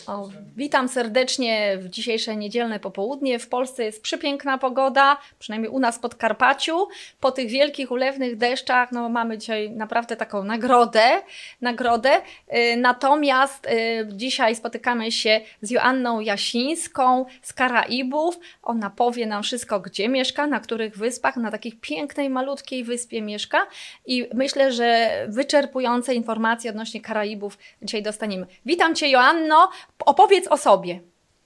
O, witam serdecznie w dzisiejsze niedzielne popołudnie. W Polsce jest przepiękna pogoda, przynajmniej u nas w Podkarpaciu. Po tych wielkich, ulewnych deszczach mamy dzisiaj naprawdę taką nagrodę. Natomiast dzisiaj spotykamy się z Joanną Jasińską z Karaibów. Ona powie nam wszystko, gdzie mieszka, na których wyspach, na takiej pięknej, malutkiej wyspie mieszka. I myślę, że wyczerpujące informacje odnośnie Karaibów dzisiaj dostaniemy. Witam Cię, Joanno. Opowiedz o sobie.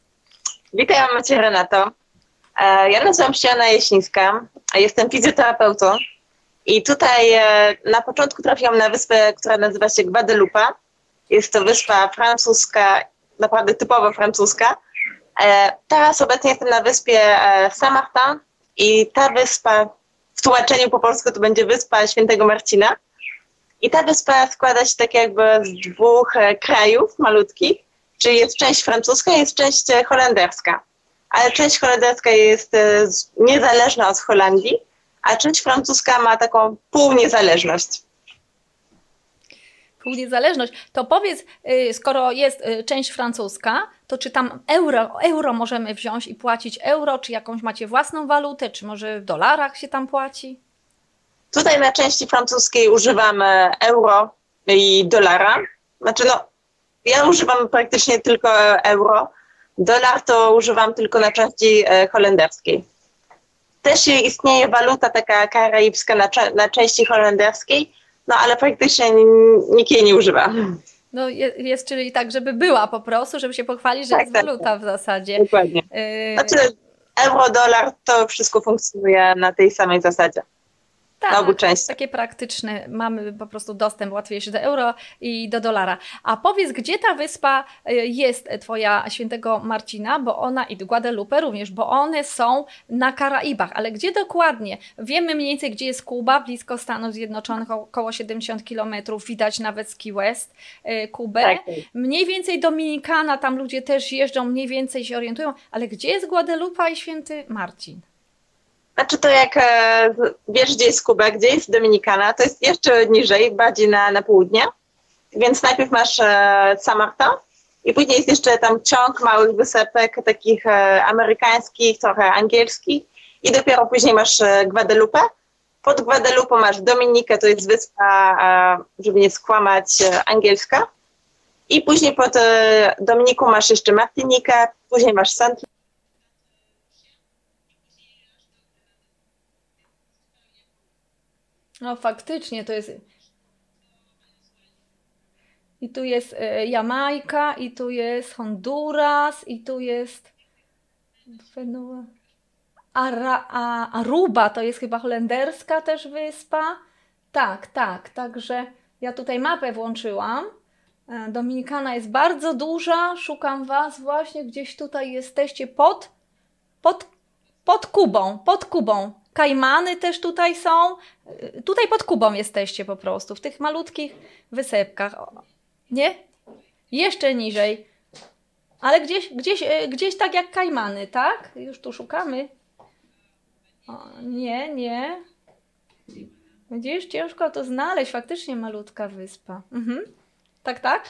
Witam Cię, Renato. Ja nazywam się Joanna Jasińska, jestem fizjoterapeutą i tutaj na początku trafiłam na wyspę, która nazywa się Guadeloupe. Jest to wyspa francuska, naprawdę typowo francuska. Teraz obecnie jestem na wyspie Saint-Martin i ta wyspa, w tłumaczeniu po polsku to będzie wyspa Świętego Marcina. I ta wyspa składa się tak jakby z dwóch krajów malutkich, czyli jest część francuska i jest część holenderska. Ale część holenderska jest niezależna od Holandii, a część francuska ma taką półniezależność. Półniezależność. To powiedz, skoro jest część francuska, to czy tam euro możemy wziąć i płacić euro, czy jakąś macie własną walutę, czy może w dolarach się tam płaci? Tutaj na części francuskiej używamy euro i dolara. Znaczy ja używam praktycznie tylko euro. Dolar to używam tylko na części holenderskiej. Też istnieje waluta taka karaibska na części holenderskiej, ale praktycznie nikt jej nie używa. No jest, czyli tak, żeby była po prostu, żeby się pochwalić, że jest waluta w zasadzie. Dokładnie. Znaczy euro, dolar to wszystko funkcjonuje na tej samej zasadzie. Tak, takie praktyczne, mamy po prostu dostęp łatwiejszy do euro i do dolara. A powiedz, gdzie ta wyspa jest twoja Świętego Marcina, bo ona i Guadalupe również, bo one są na Karaibach, ale gdzie dokładnie? Wiemy mniej więcej, gdzie jest Kuba, blisko Stanów Zjednoczonych, około 70 km, widać nawet z Key West, Kubę. Tak. Mniej więcej Dominikana, tam ludzie też jeżdżą, mniej więcej się orientują, ale gdzie jest Guadalupe i Święty Marcin? Znaczy to jak wiesz, gdzie jest Kuba, gdzie jest Dominikana, to jest jeszcze niżej, bardziej na południe. Więc najpierw masz Saint-Martin i później jest jeszcze tam ciąg małych wysepek, takich amerykańskich, trochę angielskich i dopiero później masz Guadeloupe. Pod Guadeloupe masz Dominikę, to jest wyspa, żeby nie skłamać, angielska. I później pod Dominiką masz jeszcze Martinikę, później masz Saint. No faktycznie to jest. I tu jest Jamajka, i tu jest Honduras, i tu jest Aruba, to jest chyba holenderska też wyspa. Tak, także ja tutaj mapę włączyłam. Dominikana jest bardzo duża, szukam was właśnie, gdzieś tutaj jesteście pod Kubą. Kajmany też tutaj są. Tutaj pod Kubą jesteście po prostu, w tych malutkich wysepkach. Nie? Jeszcze niżej. Ale gdzieś tak jak Kajmany, tak? Już tu szukamy. O, nie. Widzisz, ciężko to znaleźć. Faktycznie malutka wyspa. Tak?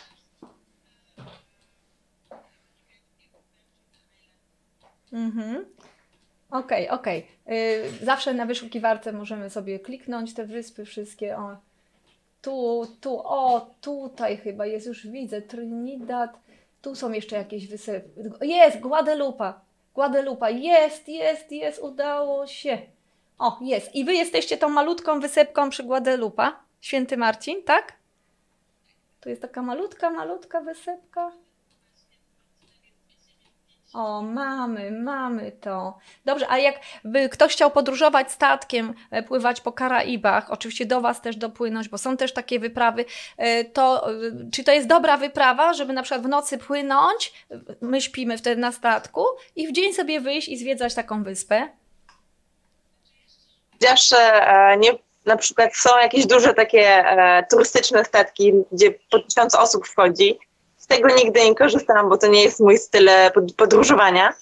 Okej. Zawsze na wyszukiwarce możemy sobie kliknąć te wyspy wszystkie. Tutaj chyba jest, już widzę, Trinidad. Tu są jeszcze jakieś wyspy. Jest, Guadeloupe. Jest, udało się. O, jest. I wy jesteście tą malutką wysepką przy Guadeloupe, Święty Marcin, tak? Tu jest taka malutka wysepka. O, mamy to. Dobrze, a jakby ktoś chciał podróżować statkiem, pływać po Karaibach, oczywiście do was też dopłynąć, bo są też takie wyprawy, to czy to jest dobra wyprawa, żeby na przykład w nocy płynąć, my śpimy wtedy na statku i w dzień sobie wyjść i zwiedzać taką wyspę? Zawsze na przykład są jakieś duże takie turystyczne statki, gdzie po 1000 osób wchodzi. Z tego nigdy nie korzystam, bo to nie jest mój styl podróżowania.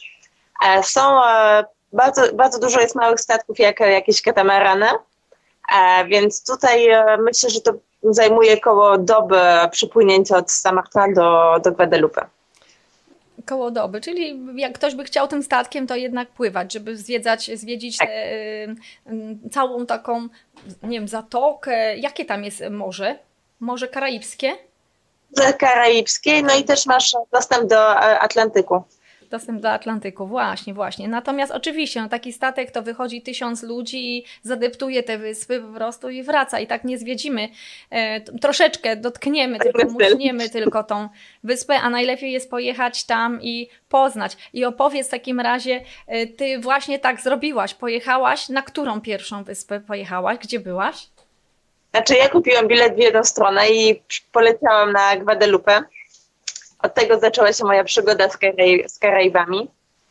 Bardzo dużo jest małych statków, jak jakieś katamarany, więc tutaj myślę, że to zajmuje około doby przypłynięcia od Saint-Martin do Guadeloupe. Koło doby, czyli jak ktoś by chciał tym statkiem, to jednak pływać, żeby zwiedzić Tak. całą taką, nie wiem, zatokę. Jakie tam jest morze? Morze Karaibskie? Z Karaibskiej, no i też masz dostęp do Atlantyku. Dostęp do Atlantyku, właśnie, właśnie. Natomiast oczywiście, no taki statek to wychodzi 1000 ludzi i zadeptuje te wyspy po prostu i wraca. I tak nie zwiedzimy. Troszeczkę dotkniemy, tylko muśniemy tylko tą wyspę, a najlepiej jest pojechać tam i poznać. I opowiedz w takim razie, ty właśnie tak zrobiłaś. Pojechałaś, na którą pierwszą wyspę pojechałaś? Gdzie byłaś? Znaczy ja kupiłam bilet w jedną stronę i poleciałam na Guadalupe. Od tego zaczęła się moja przygoda z Karaibami.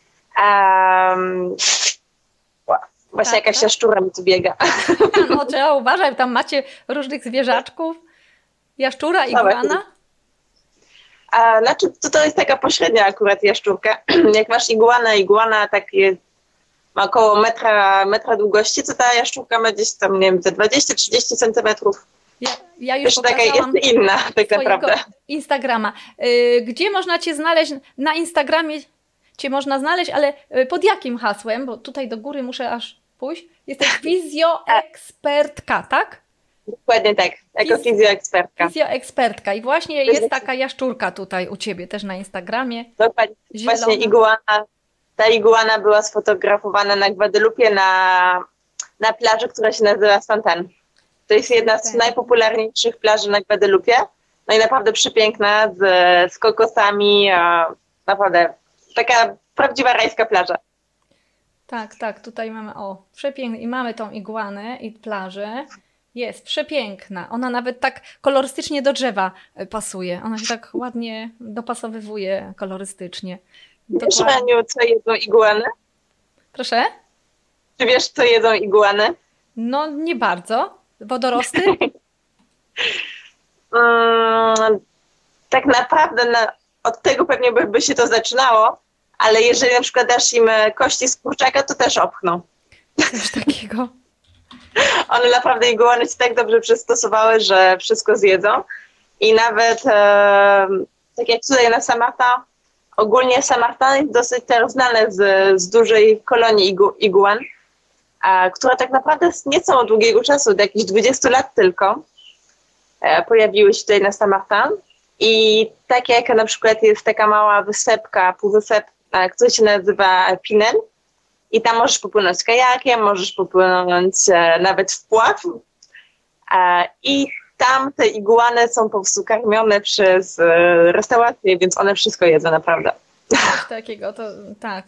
Właśnie Tak, jakaś tak? jaszczura mi tu biega. No trzeba uważać, tam macie różnych zwierzaczków. Jaszczura, iguana. Znaczy to jest taka pośrednia akurat jaszczurka. Jak masz iguana tak jest, ma około metra długości, to ta jaszczurka ma gdzieś tam, nie wiem, te 20-30 centymetrów. Ja już Jeszcze taka jest inna, tak naprawdę. Instagrama. Gdzie można Cię znaleźć? Na Instagramie Cię można znaleźć, ale pod jakim hasłem? Bo tutaj do góry muszę aż pójść. Jesteś fizjoekspertka, tak? Dokładnie tak, jako fizjoekspertka. Fizjoekspertka. I właśnie jest taka jaszczurka tutaj u Ciebie też na Instagramie. Dokładnie. Właśnie ta iguana była sfotografowana na Guadalupie na plaży, która się nazywa Santan. To jest jedna z najpopularniejszych plaży na Guadalupie. No i naprawdę przepiękna, z kokosami. Naprawdę taka prawdziwa rajska plaża. Tak, tak, tutaj mamy, przepiękne. I mamy tą iguanę i plażę. Jest przepiękna. Ona nawet tak kolorystycznie do drzewa pasuje. Ona się tak ładnie dopasowywuje kolorystycznie. Wiesz, Aniu, co jedzą iguany? Proszę? Czy wiesz, co jedzą iguany? No, nie bardzo. Wodorosty? Tak naprawdę od tego pewnie by się to zaczynało, ale jeżeli na przykład dasz im kości z kurczaka, to też opchną. Coś takiego. One naprawdę iguany się tak dobrze przystosowały, że wszystko zjedzą. I nawet tak jak tutaj na Samarta, ogólnie Samarta jest dosyć teraz znane z dużej kolonii iguan, które tak naprawdę nie są od długiego czasu, od jakichś 20 lat tylko pojawiły się tutaj na Samartan. I tak jak na przykład jest taka mała wysepka, półwysep, która się nazywa Pinel, i tam możesz popłynąć kajakiem, możesz popłynąć nawet w pław. I tam te iguany są po prostu karmione przez restauracje, więc one wszystko jedzą naprawdę. Coś takiego, to tak.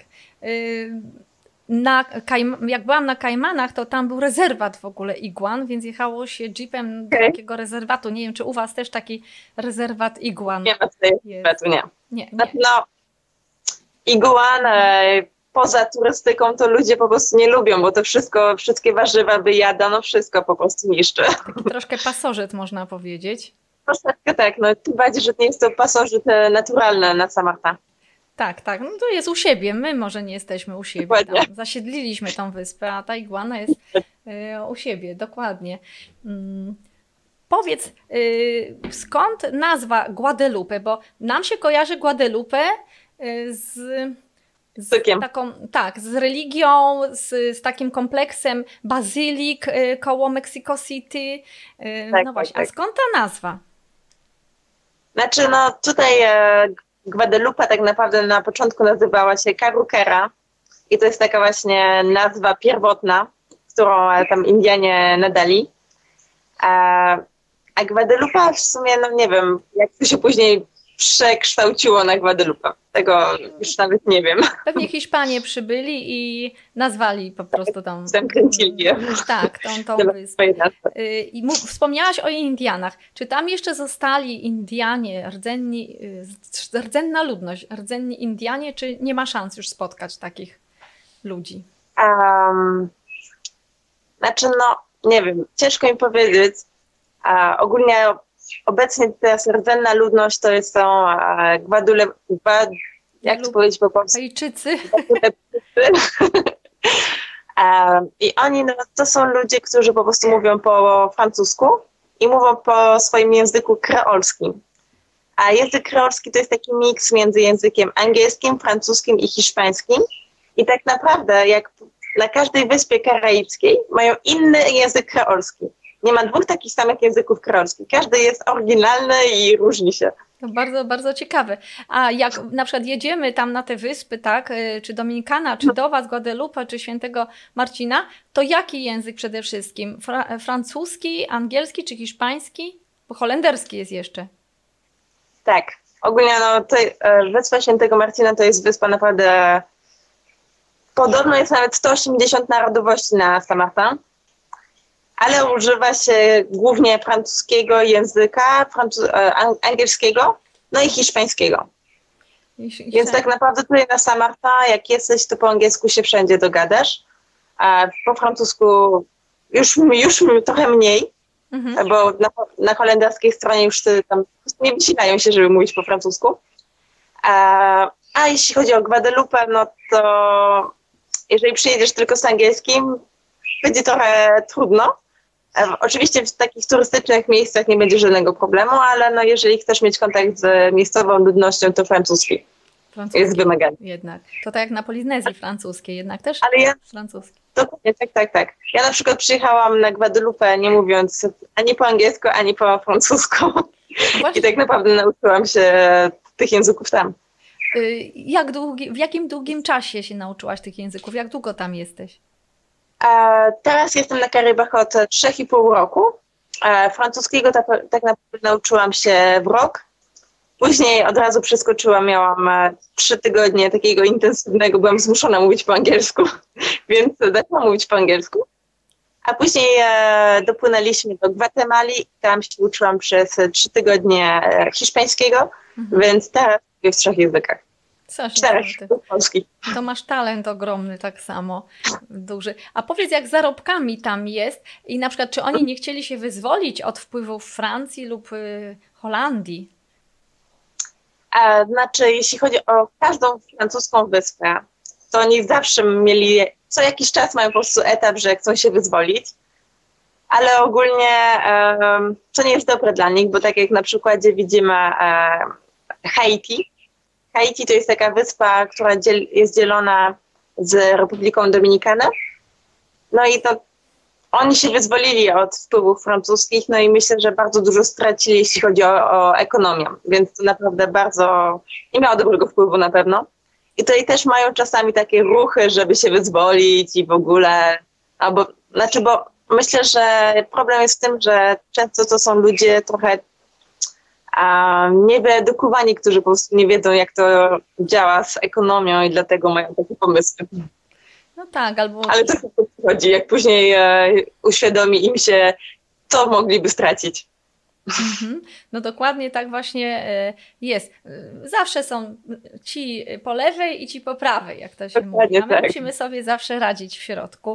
Jak byłam na Kajmanach, to tam był rezerwat w ogóle iguan, więc jechało się jeepem do takiego rezerwatu. Nie wiem, czy u Was też taki rezerwat iguan nie ma tutaj rezerwatu, nie. Nie. No, iguan poza turystyką to ludzie po prostu nie lubią, bo to wszystkie warzywa wyjadano, wszystko po prostu niszczy. Taki troszkę pasożyt, można powiedzieć. Troszeczkę tak, no tym bardziej, że nie jest to pasożyt naturalny na Samarta. Tak, tak, no to jest u siebie, my może nie jesteśmy u siebie, tam zasiedliliśmy tą wyspę, a ta iguana jest u siebie, dokładnie. Powiedz, skąd nazwa Guadalupe, bo nam się kojarzy Guadalupe z religią, z takim kompleksem bazylik koło Mexico City. No właśnie, a skąd ta nazwa? Znaczy, no tutaj Guadalupe tak naprawdę na początku nazywała się Carruquera i to jest taka właśnie nazwa pierwotna, którą tam Indianie nadali. A Guadalupe w sumie, no nie wiem, jak to się później przekształciło na Guadalupe. Tego już nawet nie wiem. Pewnie Hiszpanie przybyli i nazwali po prostu tą... Zamkręcili je. Tak, tą wyspę. I wspomniałaś o Indianach. Czy tam jeszcze zostali Indianie, rdzenna ludność, rdzenni Indianie, czy nie ma szans już spotkać takich ludzi? Znaczy, no nie wiem, ciężko mi powiedzieć. Ogólnie obecnie teraz rdzenna ludność to jest tą jak to powiedzieć po polsku? Pejczycy. I oni no, to są ludzie, którzy po prostu mówią po francusku i mówią po swoim języku kreolskim. A język kreolski to jest taki miks między językiem angielskim, francuskim i hiszpańskim. I tak naprawdę, jak na każdej wyspie karaibskiej, mają inny język kreolski. Nie ma dwóch takich samych języków kreolskich. Każdy jest oryginalny i różni się. To bardzo, bardzo ciekawe. A jak na przykład jedziemy tam na te wyspy, tak, czy Dominikana, czy do Was, Guadalupe, czy Świętego Marcina, to jaki język przede wszystkim? Francuski, angielski czy hiszpański? Bo holenderski jest jeszcze. Tak. Ogólnie wyspa Świętego Marcina to jest wyspa naprawdę... Podobno jest nawet 180 narodowości na Saint-Martin, ale używa się głównie francuskiego języka, angielskiego, no i hiszpańskiego. Więc tak naprawdę tutaj na Saint-Martin, jak jesteś, to po angielsku się wszędzie dogadasz, a po francusku już trochę mniej, bo na holenderskiej stronie już tam nie wysilają się, żeby mówić po francusku. A jeśli chodzi o Guadalupe, no to jeżeli przyjedziesz tylko z angielskim, będzie trochę trudno. Oczywiście w takich turystycznych miejscach nie będzie żadnego problemu, ale no jeżeli chcesz mieć kontakt z miejscową ludnością, to francuski jest wymagany. Jednak. To tak jak na Polinezji francuskiej, jednak też francuski. Dokładnie, tak. Ja na przykład przyjechałam na Guadalupe nie mówiąc ani po angielsku, ani po francusku. I tak naprawdę nauczyłam się tych języków tam. W jakim długim czasie się nauczyłaś tych języków? Jak długo tam jesteś? Teraz jestem na Karybach od 3,5 roku. Francuskiego tak naprawdę nauczyłam się w rok. Później od razu przeskoczyłam, miałam 3 tygodnie takiego intensywnego, byłam zmuszona mówić po angielsku, więc zaczęłam mówić po angielsku. A później dopłynęliśmy do Gwatemali i tam się uczyłam przez 3 tygodnie hiszpańskiego, więc teraz mówię w 3 językach. 4 polski. To masz talent ogromny tak samo, duży. A powiedz, jak z zarobkami tam jest i na przykład, czy oni nie chcieli się wyzwolić od wpływów Francji lub Holandii? Znaczy, jeśli chodzi o każdą francuską wyspę, to oni zawsze mieli, co jakiś czas mają po prostu etap, że chcą się wyzwolić, ale ogólnie to nie jest dobre dla nich, bo tak jak na przykładzie widzimy Haiti. Haiti to jest taka wyspa, która jest dzielona z Republiką Dominikana. No i to oni się wyzwolili od wpływów francuskich, no i myślę, że bardzo dużo stracili, jeśli chodzi o ekonomię, więc to naprawdę bardzo nie miało dobrego wpływu na pewno. I tutaj też mają czasami takie ruchy, żeby się wyzwolić i w ogóle, bo myślę, że problem jest w tym, że często to są ludzie trochę niewyedukowani, którzy po prostu nie wiedzą, jak to działa z ekonomią i dlatego mają takie pomysły. No tak, Ale to chodzi, jak później uświadomi im się, to mogliby stracić. No dokładnie tak właśnie jest. Zawsze są ci po lewej i ci po prawej, jak to się mówi. A my musimy sobie zawsze radzić w środku,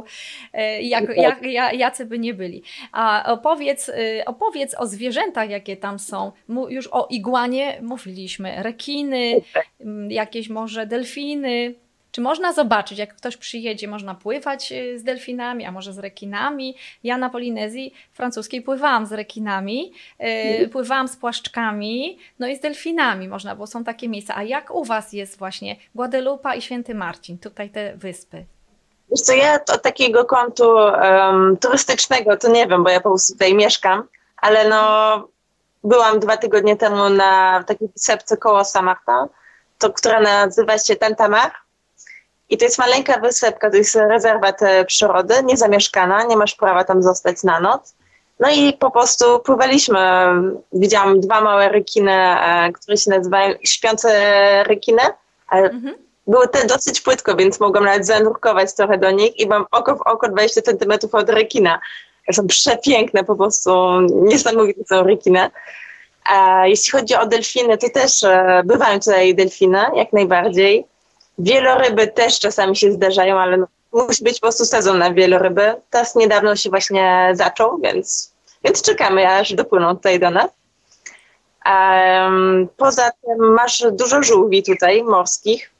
jacy by nie byli. A opowiedz o zwierzętach, jakie tam są. Już o igłanie mówiliśmy, rekiny, jakieś może delfiny. Czy można zobaczyć, jak ktoś przyjedzie, można pływać z delfinami, a może z rekinami? Ja na Polinezji francuskiej pływałam z rekinami, pływałam z płaszczkami, no i z delfinami można, bo są takie miejsca. A jak u Was jest właśnie Guadalupe i Święty Marcin, tutaj te wyspy? Wiesz co, ja od takiego kątu turystycznego to nie wiem, bo ja po prostu tutaj mieszkam, ale no byłam 2 tygodnie temu na takiej wysepce koło Saint-Martin, która nazywa się Tintamarre. I to jest maleńka wysepka, to jest rezerwat przyrody, niezamieszkana, nie masz prawa tam zostać na noc. No i po prostu pływaliśmy, widziałam 2 małe rekiny, które się nazywają śpiące rekiny, ale były te dosyć płytko, więc mogłam nawet zanurkować trochę do nich i mam oko w oko 20 centymetrów od rekina. Są przepiękne po prostu, niesamowite są rekiny. Jeśli chodzi o delfiny, to też bywają tutaj delfiny, jak najbardziej. Wieloryby też czasami się zdarzają, ale musi być po prostu sezon na wieloryby. Teraz niedawno się właśnie zaczął, więc czekamy, aż dopłyną tutaj do nas. Poza tym masz dużo żółwi tutaj, morskich.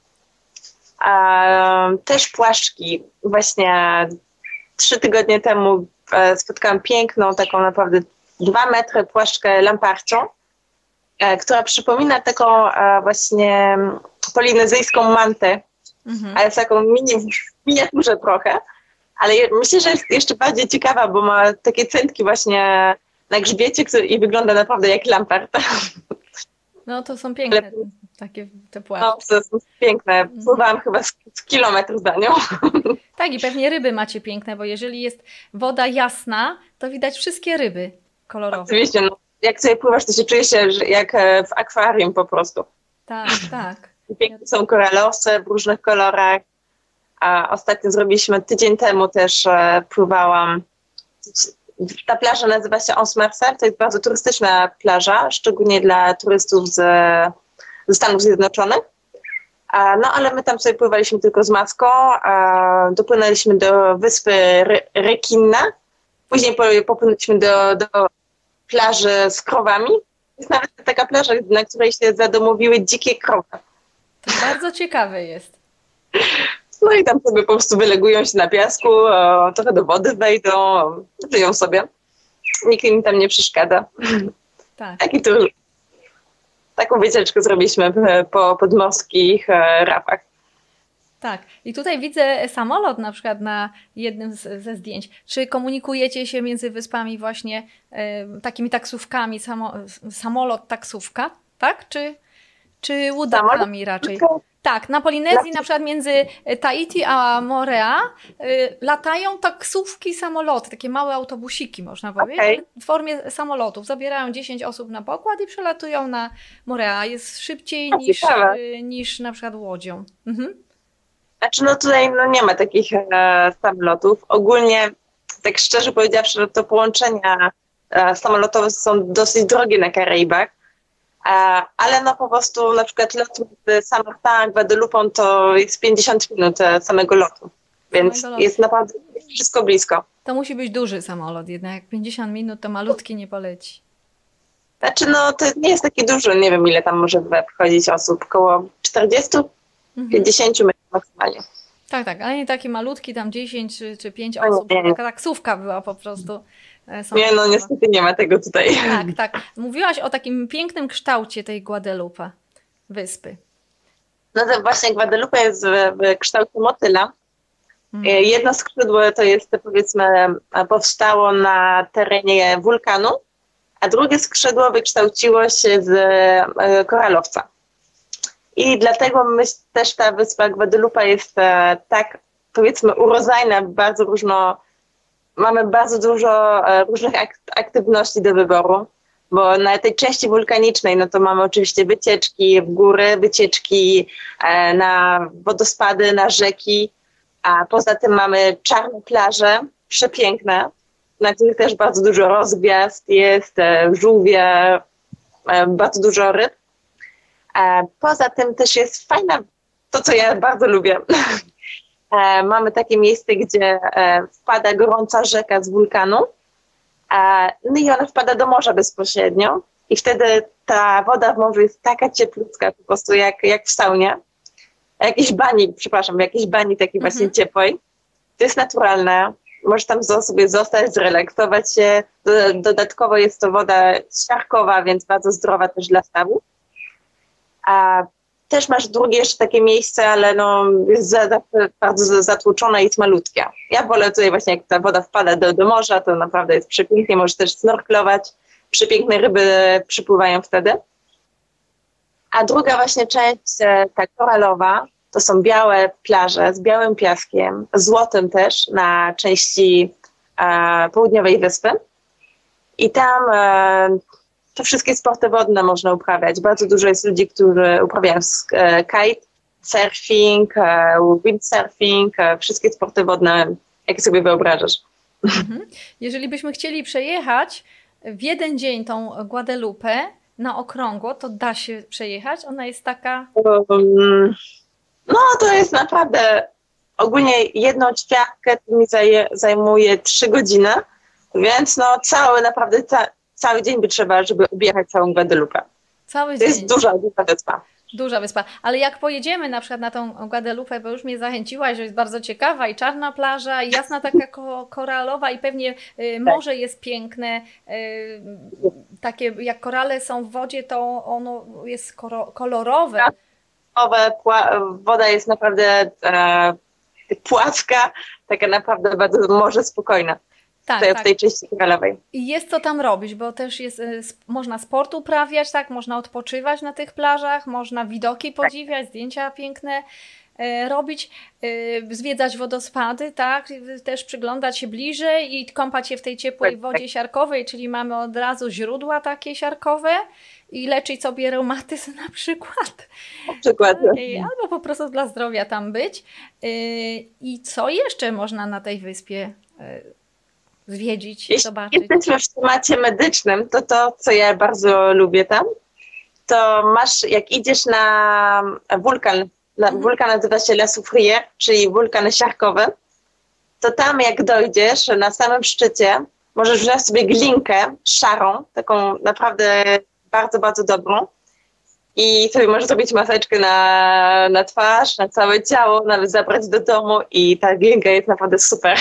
Też płaszczki. Właśnie 3 tygodnie temu spotkałam piękną, taką naprawdę 2 metry płaszczkę lamparcią. która przypomina taką właśnie polinezyjską mantę, ale w taką miniaturze trochę. Ale myślę, że jest jeszcze bardziej ciekawa, bo ma takie centki właśnie na grzbiecie i wygląda naprawdę jak lamparta. No to są piękne takie te płaszcze. No, to są piękne. Pływałam chyba z kilometr za nią. Tak, i pewnie ryby macie piękne, bo jeżeli jest woda jasna, to widać wszystkie ryby kolorowe. Oczywiście, no, jak sobie pływasz, to się czuje się jak w akwarium po prostu. Tak, tak. Piękne są koralowce w różnych kolorach. A ostatnio zrobiliśmy, tydzień temu też pływałam. Ta plaża nazywa się Onze Merced, to jest bardzo turystyczna plaża, szczególnie dla turystów ze Stanów Zjednoczonych. No ale my tam sobie pływaliśmy tylko z maską, dopłynęliśmy do wyspy Rekinna, później popłynęliśmy do plaży z krowami. Jest nawet taka plaża, na której się zadomowiły dzikie krowy. To bardzo ciekawe jest. No i tam sobie po prostu wylegują się na piasku, trochę do wody wejdą, żyją sobie. Nikt im tam nie przeszkadza. Tak. Taką wycieczkę zrobiliśmy po podmorskich rafach. Tak. I tutaj widzę samolot na przykład na jednym ze zdjęć. Czy komunikujecie się między wyspami właśnie takimi taksówkami, samolot, taksówka, tak? Czy łódkami raczej? Tak, na Polinezji na przykład między Tahiti a Moorea latają taksówki, samoloty, takie małe autobusiki można powiedzieć, w formie samolotów. Zabierają 10 osób na pokład i przelatują na Moorea. Jest szybciej niż na przykład łodzią. Znaczy no tutaj nie ma takich samolotów. Ogólnie, tak szczerze powiedziawszy, to połączenia samolotowe są dosyć drogie na Karaibach. Ale no po prostu na przykład lot między Samartand a Guadelupą to jest 50 minut samego lotu, więc jest naprawdę wszystko blisko. To musi być duży samolot, jednak jak 50 minut to malutki nie poleci. Znaczy no to nie jest taki duży, nie wiem ile tam może wchodzić osób, około 40, 50 metrów maksymalnie. Tak, ale nie taki malutki, tam 10 czy 5 osób, taka taksówka była po prostu. Nie, no niestety nie ma tego tutaj. Tak. Mówiłaś o takim pięknym kształcie tej Guadalupe, wyspy. No to właśnie Guadalupe jest w kształcie motyla. Jedno skrzydło to jest, powiedzmy, powstało na terenie wulkanu, a drugie skrzydło wykształciło się z koralowca. I dlatego też ta wyspa Guadalupe jest tak, powiedzmy, urodzajna, mamy bardzo dużo różnych aktywności do wyboru, bo na tej części wulkanicznej no to mamy oczywiście wycieczki w góry, wycieczki na wodospady, na rzeki, a poza tym mamy czarne plaże, przepiękne, na których też bardzo dużo rozgwiazd jest, żółwie, bardzo dużo ryb. Poza tym też jest fajna, to co ja bardzo lubię. Mamy takie miejsce, gdzie wpada gorąca rzeka z wulkanu, no i ona wpada do morza bezpośrednio i wtedy ta woda w morzu jest taka cieplutka, po prostu jak w saunie. W jakiejś bani takiej właśnie ciepłej. To jest naturalne. Możesz tam sobie zostać, zrelaksować się. Dodatkowo jest to woda siarkowa, więc bardzo zdrowa też dla stawów. Też masz drugie jeszcze takie miejsce, ale no jest bardzo zatłoczone i jest malutkie. Ja wolę tutaj właśnie, jak ta woda wpada do morza, to naprawdę jest przepięknie. Możesz też snorklować. Przepiękne ryby przypływają wtedy. A druga właśnie część, ta koralowa, to są białe plaże z białym piaskiem, złotym też na części południowej wyspy. I tam to wszystkie sporty wodne można uprawiać. Bardzo dużo jest ludzi, którzy uprawiają kite, surfing, windsurfing, wszystkie sporty wodne, jakie sobie wyobrażasz. Jeżeli byśmy chcieli przejechać w jeden dzień tą Guadalupe na okrągło, to da się przejechać? Ona jest taka... No to jest naprawdę, ogólnie jedną ćwiartkę mi zajmuje 3 godziny, więc no cały dzień by trzeba, żeby objechać całą Guadalupe. Cały to dzień. Jest duża wyspa. Duża wyspa. Ale jak pojedziemy na przykład na tą Guadalupe, bo już mnie zachęciłaś, że jest bardzo ciekawa i czarna plaża, i jasna taka koralowa i pewnie morze jest piękne. Takie jak korale są w wodzie, to ono jest kolorowe. Woda jest naprawdę płaska, taka naprawdę bardzo morze spokojna. Tak, w tej części koralowej. I jest co tam robić, bo też jest, można sport uprawiać, tak, można odpoczywać na tych plażach, można widoki podziwiać, zdjęcia piękne robić, zwiedzać wodospady, tak, też przyglądać się bliżej i kąpać się w tej ciepłej wodzie siarkowej, czyli mamy od razu źródła takie siarkowe i leczyć sobie reumatyzm na przykład. Albo po prostu dla zdrowia tam być. I co jeszcze można na tej wyspie zwiedzić, zobaczyć? Jesteśmy w temacie medycznym, to co ja bardzo lubię tam, to masz, jak idziesz na wulkan, wulkan nazywa się La Soufrière, czyli wulkan siarkowy, to tam jak dojdziesz na samym szczycie, możesz wziąć sobie glinkę szarą, taką naprawdę bardzo, bardzo dobrą i sobie możesz zrobić maseczkę na twarz, na całe ciało, nawet zabrać do domu i ta glinka jest naprawdę super.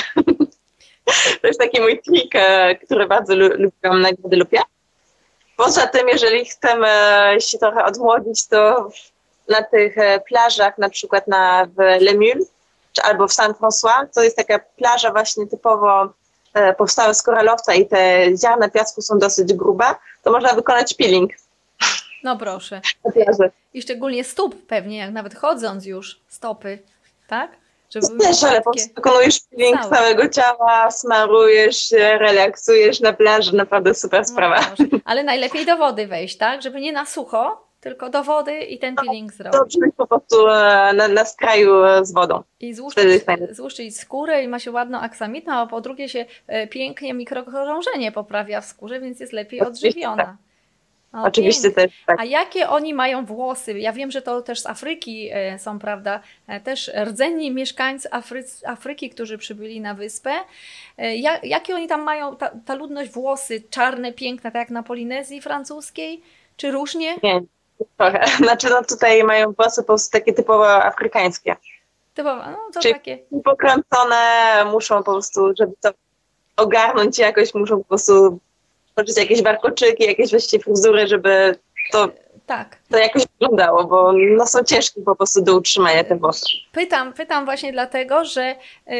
To jest taki mój trik, który bardzo lubiłam na Guadalupie. Poza tym, jeżeli chcemy się trochę odmłodzić, to na tych plażach, na przykład w Le Mule albo w Saint-François, to jest taka plaża właśnie typowo powstała z koralowca i te ziarna piasku są dosyć grube, to można wykonać peeling. No proszę. Na plaży. I szczególnie stóp pewnie, jak nawet chodząc już, stopy, tak? Też, ale po prostu wykonujesz peeling całego ciała, smarujesz się, relaksujesz na plaży, naprawdę super sprawa. No, ale najlepiej do wody wejść, tak? Żeby nie na sucho, tylko do wody i ten peeling zrobić. Dobrze być po prostu na skraju z wodą. I złuszczyć skórę i ma się ładną aksamitę, a po drugie się pięknie mikrokrążenie poprawia w skórze, więc jest lepiej odżywiona. Tak. Oczywiście też tak. A jakie oni mają włosy? Ja wiem, że to też z Afryki są, prawda, też rdzenni mieszkańcy Afryki, którzy przybyli na wyspę. Jakie oni tam mają, ta ludność, włosy czarne, piękne, tak jak na Polinezji francuskiej? Czy różnie? Nie, trochę. Znaczy tutaj mają włosy po prostu takie typowo afrykańskie. Typowo, no to czyli takie. Pokręcone, muszą po prostu, żeby to ogarnąć jakoś, muszą po prostu tworzyć jakieś warkoczyki, jakieś właściwie fryzury, żeby to jakoś wyglądało, bo są ciężkie po prostu do utrzymania te włosy. Pytam właśnie dlatego, że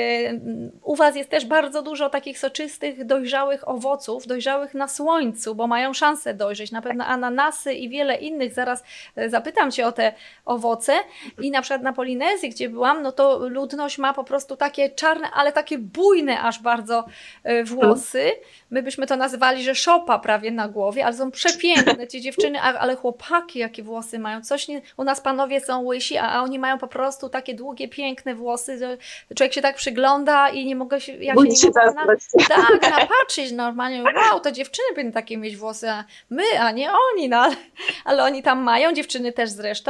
u Was jest też bardzo dużo takich soczystych, dojrzałych owoców, dojrzałych na słońcu, bo mają szansę dojrzeć. Na pewno ananasy i wiele innych. Zaraz zapytam Cię o te owoce. I na przykład na Polinezji, gdzie byłam, no to ludność ma po prostu takie czarne, ale takie bujne aż bardzo włosy. My byśmy to nazywali, że szopa prawie na głowie, ale są przepiękne ci dziewczyny, ale chłopaki jakie włosy mają. Coś nie, u nas panowie są łysi, a oni mają po prostu takie długie, piękne włosy, że człowiek się tak przygląda i nie mogę się... napatrzeć normalnie. Wow, to dziewczyny powinny takie mieć włosy, a my, a nie oni. No, ale oni tam mają, dziewczyny też zresztą.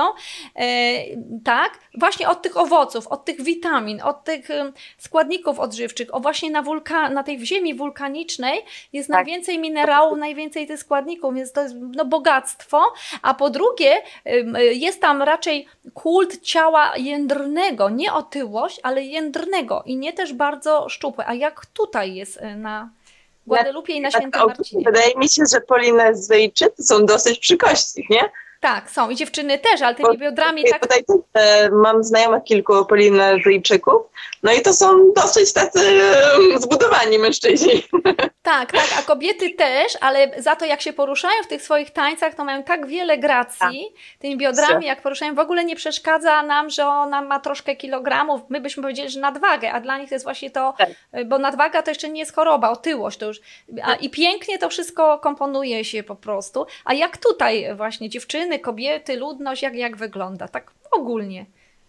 Tak, właśnie od tych owoców, od tych witamin, od tych składników odżywczych, właśnie na tej ziemi wulkanicznej jest najwięcej minerałów, najwięcej tych składników, więc to jest bogactwo, a po drugie jest tam raczej kult ciała jędrnego, nie otyłość, ale jędrnego i nie też bardzo szczupłe. A jak tutaj jest na Guadalupie i na Świętym Marcinie? Wydaje mi się, że Polinezyjczycy są dosyć przykości, nie? Tak, są i dziewczyny też, ale tymi biodrami tak... Tutaj mam znajomych kilku Polinezyjczyków, no i to są dosyć tacy zbudowani mężczyźni. Tak, a kobiety też, ale za to jak się poruszają w tych swoich tańcach, to mają tak wiele gracji tymi biodrami, jak poruszają, w ogóle nie przeszkadza nam, że ona ma troszkę kilogramów, my byśmy powiedzieli, że nadwagę, a dla nich to jest właśnie to, bo nadwaga to jeszcze nie jest choroba, otyłość to już, i pięknie to wszystko komponuje się po prostu, a jak tutaj właśnie dziewczyny, kobiety, ludność, jak wygląda, tak ogólnie?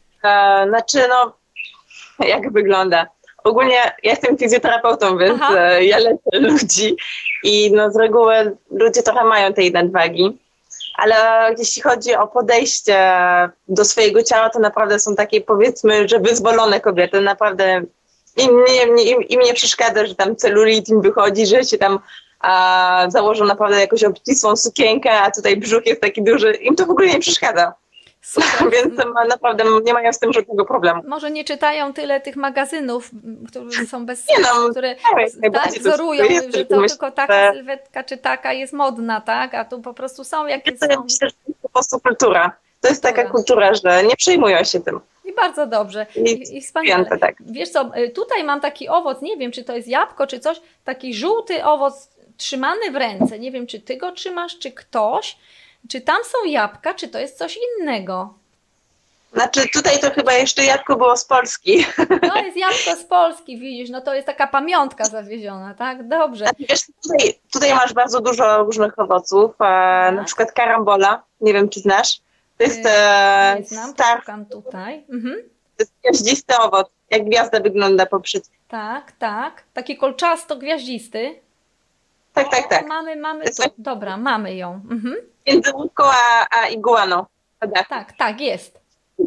Jak wygląda? Ogólnie ja jestem fizjoterapeutą, więc ja leczę ludzi i z reguły ludzie trochę mają tej nadwagi, ale jeśli chodzi o podejście do swojego ciała, to naprawdę są takie, powiedzmy, że wyzwolone kobiety, naprawdę im nie przeszkadza, że tam celulit im wychodzi, że się tam założą naprawdę jakąś obcisłą sukienkę, a tutaj brzuch jest taki duży, im to w ogóle nie przeszkadza. Super. Więc naprawdę nie mają z tym żadnego problemu. Może nie czytają tyle tych magazynów, które są bez Nie sensu, no, które najbardziej to wzorują, jest, że to myślę, tylko taka sylwetka czy taka jest modna, tak? A tu po prostu są jakie są. Myślę, że to jest po prostu kultura. To jest taka Kultura. kultura, że nie przejmują się tym. I bardzo dobrze. I wspaniale. Święte, tak. Wiesz co, tutaj mam taki owoc, nie wiem, czy to jest jabłko, czy coś, taki żółty owoc trzymany w ręce. Nie wiem, czy ty go trzymasz, czy ktoś. Czy tam są jabłka, czy to jest coś innego? Znaczy tutaj to chyba jeszcze jabłko było z Polski. To jest jabłko z Polski, widzisz, no to jest taka pamiątka zawieziona, tak? Dobrze. Znaczy, wiesz, tutaj masz bardzo dużo różnych owoców, na przykład karambola, nie wiem czy znasz. To jest Nie znam, szukam tutaj. to jest gwiaździsty owoc, jak gwiazda wygląda poprzez. Tak, tak. Taki kolczasto-gwiaździsty. Tak. Mamy tu. Dobra, mamy ją. Między łódką a iguaną. Tak, jest.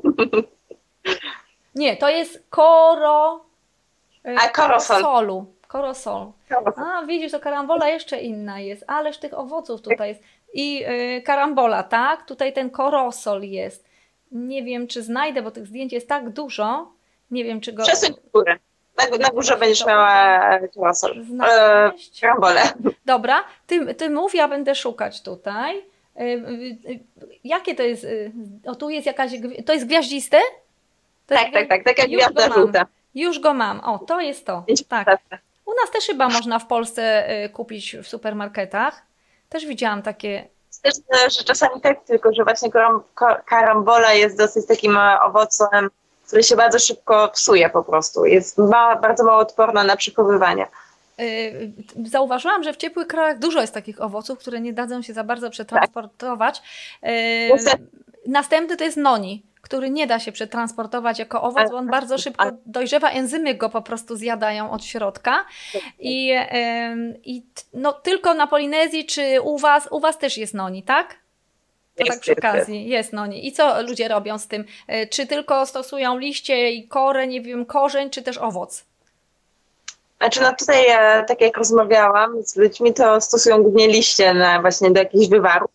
Nie, to jest korosolu. Korosol. A, widzisz, to karambola jeszcze inna jest. Ależ tych owoców tutaj jest. I karambola, tak? Tutaj ten korosol jest. Nie wiem, czy znajdę, bo tych zdjęć jest tak dużo. Nie wiem, czy go... Przesuń górę. Na górze będziesz miała korosol. Karambolę. Dobra, ty mów, ja będę szukać tutaj. Jakie to jest? O, tu jest jakaś... To jest gwiaździste? Tak, taka gwiazda żółta. Już go mam. O, to jest to. Tak. U nas też chyba można w Polsce kupić w supermarketach. Też widziałam takie... Myślę, że czasami tak, tylko że właśnie karambola jest dosyć takim owocem, który się bardzo szybko psuje po prostu. Jest bardzo mało odporna na przechowywanie. Zauważyłam, że w ciepłych krajach dużo jest takich owoców, które nie dadzą się za bardzo przetransportować. Następny to jest noni, który nie da się przetransportować jako owoc, bo on bardzo szybko dojrzewa, enzymy go po prostu zjadają od środka. I no, tylko na Polinezji, czy u was też jest noni, tak? To tak przy okazji, jest noni. I co ludzie robią z tym? Czy tylko stosują liście i korę, nie wiem, korzeń, czy też owoc? Znaczy no tutaj, tak jak rozmawiałam z ludźmi, to stosują głównie liście właśnie do jakichś wywarów.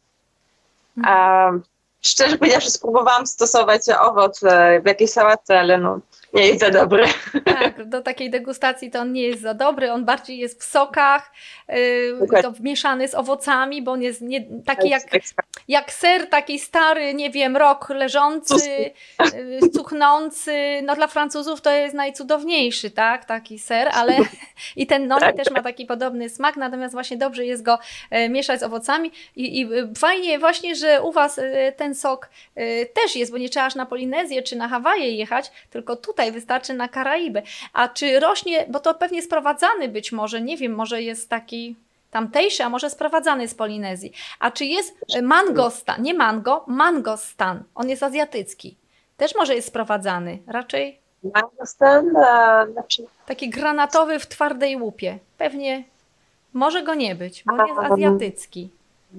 Szczerze powiedziawszy, spróbowałam stosować owoc w jakiejś sałatce, ale no nie jest za dobry. Tak, do takiej degustacji to on nie jest za dobry, on bardziej jest w sokach, to mieszany z owocami, bo on jest taki jak ser, taki stary, nie wiem, rok leżący, cuchnący. No dla Francuzów to jest najcudowniejszy, tak, taki ser, ale i ten noni też ma taki podobny smak, natomiast właśnie dobrze jest go mieszać z owocami i fajnie właśnie, że u was ten sok też jest, bo nie trzeba aż na Polinezję czy na Hawaje jechać, tylko tutaj wystarczy na Karaiby. A czy rośnie, bo to pewnie sprowadzany być może, nie wiem, może jest taki tamtejszy, a może sprowadzany z Polinezji. A czy jest mangostan, nie mango, mangostan, on jest azjatycki. Też może jest sprowadzany, raczej mangostan, taki granatowy w twardej łupie. Pewnie może go nie być, bo on jest azjatycki.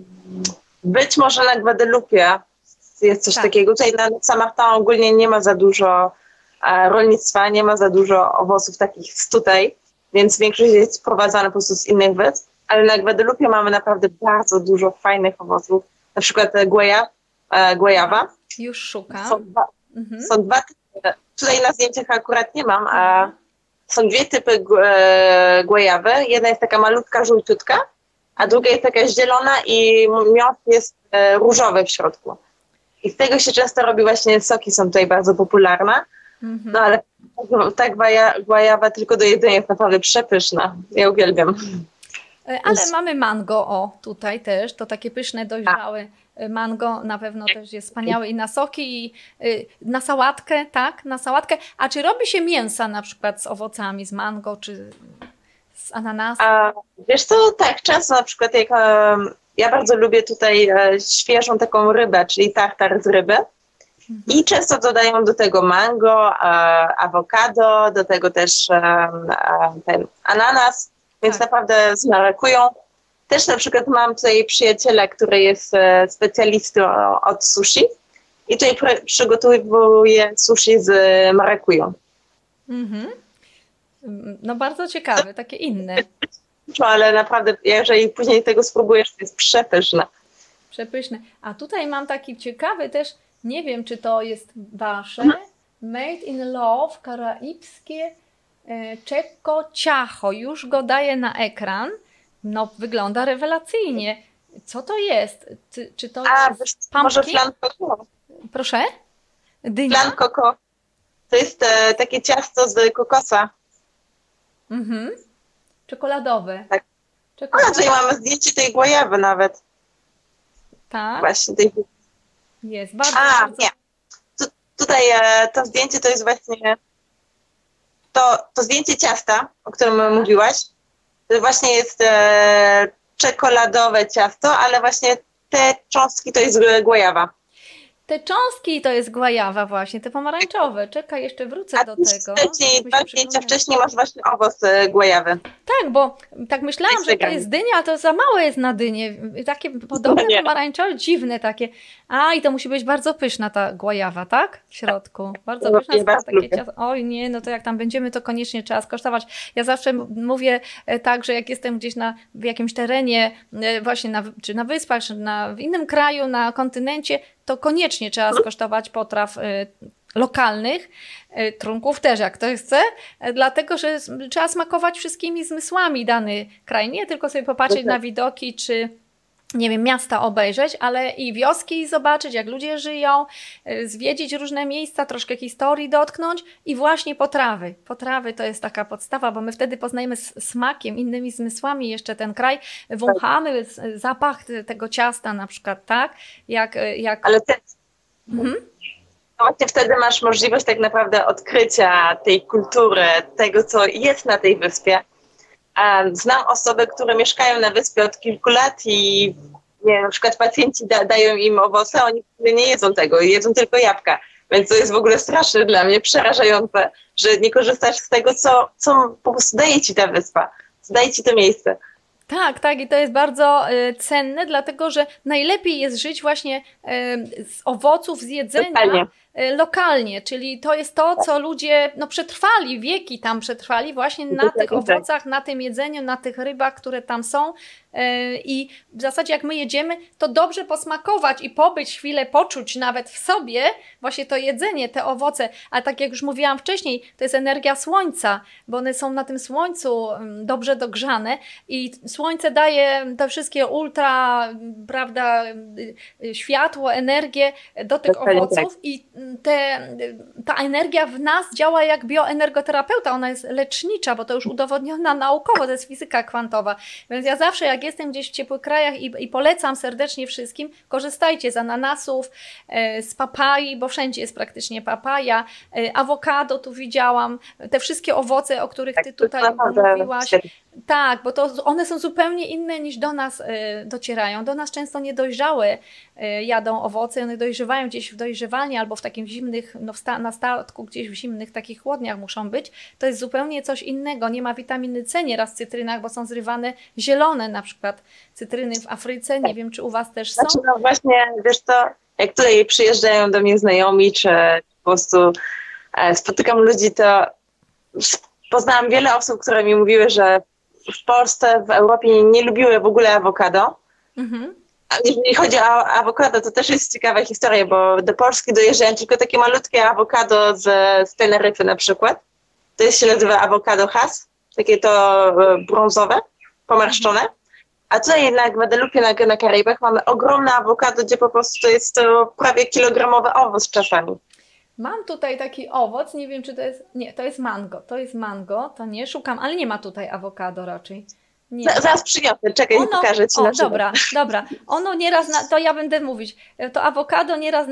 Być może na Gwadelupie jest coś takiego. Tutaj na Saint-Martin ogólnie nie ma za dużo rolnictwa, nie ma za dużo owoców takich z tutaj, więc większość jest sprowadzana po prostu z innych wysp, ale na Gwadelupie mamy naprawdę bardzo dużo fajnych owoców, na przykład guajawa. Już szukam. Są dwa typy, tutaj na zdjęciach akurat nie mam, są dwie typy guajawy, jedna jest taka malutka, żółciutka, a druga jest taka zielona i miąższ jest różowy w środku. I z tego się często robi właśnie soki, są tutaj bardzo popularne. No ale ta guajawa tylko do jedzenia jest naprawdę przepyszna. Ja uwielbiam. Ale mamy mango, o tutaj też, to takie pyszne, dojrzałe mango na pewno też jest wspaniałe i na soki, i na sałatkę, tak, na sałatkę. A czy robi się mięsa na przykład z owocami, z mango, czy z ananasem? Wiesz co, tak, często na przykład jak ja bardzo lubię tutaj świeżą taką rybę, czyli tartar z ryby. I często dodają do tego mango, awokado, do tego też ten ananas, więc naprawdę zmarekują. Też na przykład mam tutaj przyjaciela, który jest specjalistą od sushi i tutaj przygotowuje sushi z marakują. No bardzo ciekawe, takie inne. Ale naprawdę, jeżeli później tego spróbujesz, to jest przepyszne. Przepyszne. A tutaj mam taki ciekawy też, Nie wiem, czy to jest wasze. Made in Love, karaibskie czeko ciacho. Już go daję na ekran. No, wygląda rewelacyjnie. Co to jest? Czy to jest może pumpkin? flan coco? Proszę? Dynia? Flan coco. To jest takie ciasto z kokosa. Mhm. Czekoladowe. Tak. A, Czekoladowe. tutaj mamy zdjęcie tej głajawy nawet. Tak, Właśnie tej... jest. Bardzo, A, bardzo. nie. Tutaj to zdjęcie to jest właśnie to zdjęcie ciasta, o którym mówiłaś. To właśnie jest czekoladowe ciasto, ale właśnie te cząstki to jest głajawa. Te cząstki to jest głajawa właśnie, te pomarańczowe. Czekaj, jeszcze wrócę A do tu tego. wcześniej, żebyśmy dwa się zdjęcia przypomnieli. wcześniej masz właśnie owoc głajawy. Tak, bo tak myślałam, Jest że to wegan. jest dynia, a to za mało jest na dynię. Takie podobne Nie. pomarańczowe, dziwne takie. A, i to musi być bardzo pyszna ta głajawa, tak? W środku. Bardzo No, pyszna, ja skoro bardzo takie lubię. ciasto. Oj nie, no to jak tam będziemy, to koniecznie trzeba skosztować. Ja zawsze mówię tak, że jak jestem gdzieś w jakimś terenie, właśnie czy na wyspach, czy w innym kraju, na kontynencie, to koniecznie trzeba skosztować potraw lokalnych, trunków też jak ktoś chce, dlatego że trzeba smakować wszystkimi zmysłami dany kraj, nie tylko sobie popatrzeć na widoki, czy nie wiem, miasta obejrzeć, ale i wioski zobaczyć, jak ludzie żyją, zwiedzić różne miejsca, troszkę historii dotknąć i właśnie potrawy. Potrawy to jest taka podstawa, bo my wtedy poznajemy smakiem, innymi zmysłami jeszcze ten kraj, wąchamy zapach tego ciasta na przykład, tak? Ale ty, Mhm. no właśnie wtedy masz możliwość tak naprawdę odkrycia tej kultury, tego, co jest na tej wyspie. Znam osoby, które mieszkają na wyspie od kilku lat i nie wiem, na przykład pacjenci dają im owoce, oni nie jedzą tego, jedzą tylko jabłka. Więc to jest w ogóle straszne dla mnie, przerażające, że nie korzystasz z tego, co po prostu daje ci ta wyspa, co daje ci to miejsce. Tak, tak i to jest bardzo cenne, dlatego że najlepiej jest żyć właśnie z owoców, z jedzenia Lokalnie. lokalnie, czyli to jest to, co ludzie przetrwali, wieki tam przetrwali właśnie na tych owocach, na tym jedzeniu, na tych rybach, które tam są i w zasadzie jak my jedziemy, to dobrze posmakować i pobyć chwilę, poczuć nawet w sobie właśnie to jedzenie, te owoce, a tak jak już mówiłam wcześniej, to jest energia słońca, bo one są na tym słońcu dobrze dogrzane i słońce daje te wszystkie ultra, prawda, światło, energię do tych owoców i ta energia w nas działa jak bioenergoterapeuta, ona jest lecznicza, bo to już udowodniona naukowo, to jest fizyka kwantowa, więc ja zawsze jak jestem gdzieś w ciepłych krajach i polecam serdecznie wszystkim, korzystajcie z ananasów, z papai, bo wszędzie jest praktycznie papaja, awokado tu widziałam, te wszystkie owoce, o których ty tutaj mówiłaś. Tak, bo to one są zupełnie inne niż do nas docierają. Do nas często niedojrzałe jadą owoce, one dojrzewają gdzieś w dojrzewalni albo w takim zimnych, na statku gdzieś w zimnych takich chłodniach muszą być. To jest zupełnie coś innego. Nie ma witaminy C nieraz w cytrynach, bo są zrywane zielone na przykład cytryny w Afryce. Nie wiem, czy u was też są. Znaczy, no właśnie, wiesz to, jak tutaj przyjeżdżają do mnie znajomi, czy po prostu spotykam ludzi, to poznałam wiele osób, które mi mówiły, że w Polsce, w Europie nie lubiły w ogóle awokado. Mhm. A jeżeli chodzi o awokado, to też jest ciekawa historia, bo do Polski dojeżdżają tylko takie malutkie awokado z Teneryfy na przykład. To się nazywa awokado Hass, takie to brązowe, pomarszczone. A tutaj na Gwadelupie, na Karaibach mamy ogromne awokado, gdzie po prostu to jest prawie kilogramowy owoc czasami. Mam tutaj taki owoc, nie wiem czy to jest, nie, to jest mango, to nie, szukam, ale nie ma tutaj awokado raczej. Nie. Zaraz przyniosę, czekaj, pokażę ci. Dobra. Ono nieraz, to ja będę mówić, to awokado nieraz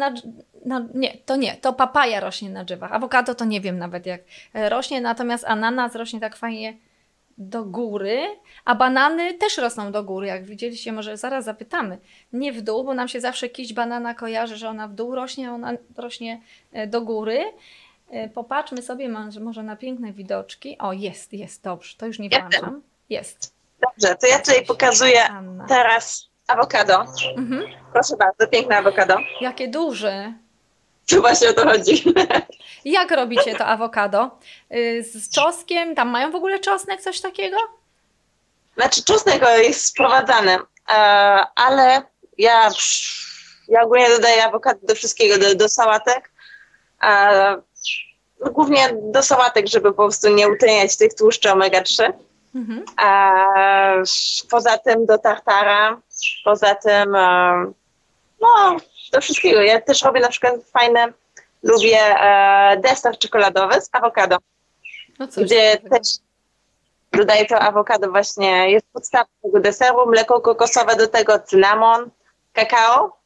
to papaja rośnie na drzewach. Awokado to nie wiem nawet jak rośnie, natomiast ananas rośnie tak fajnie do góry, a banany też rosną do góry, jak widzieliście, może zaraz zapytamy. Nie w dół, bo nam się zawsze kiść banana kojarzy, że ona w dół rośnie, a ona rośnie do góry. Popatrzmy sobie może na piękne widoczki. O, jest, dobrze, to już nie włączam. Jest. Dobrze, to ja tutaj pokazuję teraz awokado. Mhm. Proszę bardzo, piękne awokado. Jakie duże. Tu właśnie o to chodzi. Jak robicie to awokado? Z czosnkiem? Tam mają w ogóle czosnek, coś takiego? Znaczy czosnek jest sprowadzany, ale ja Ja ogólnie dodaję awokado do wszystkiego, do sałatek. No, głównie do sałatek, żeby po prostu nie utleniać tych tłuszczy omega-3. Mhm. Poza tym do tartara, poza tym no, do wszystkiego. Ja też robię na przykład lubię deser czekoladowy z awokado, No cóż, gdzie też dodaję to awokado właśnie, jest podstawą tego deseru, mleko kokosowe do tego, cynamon, kakao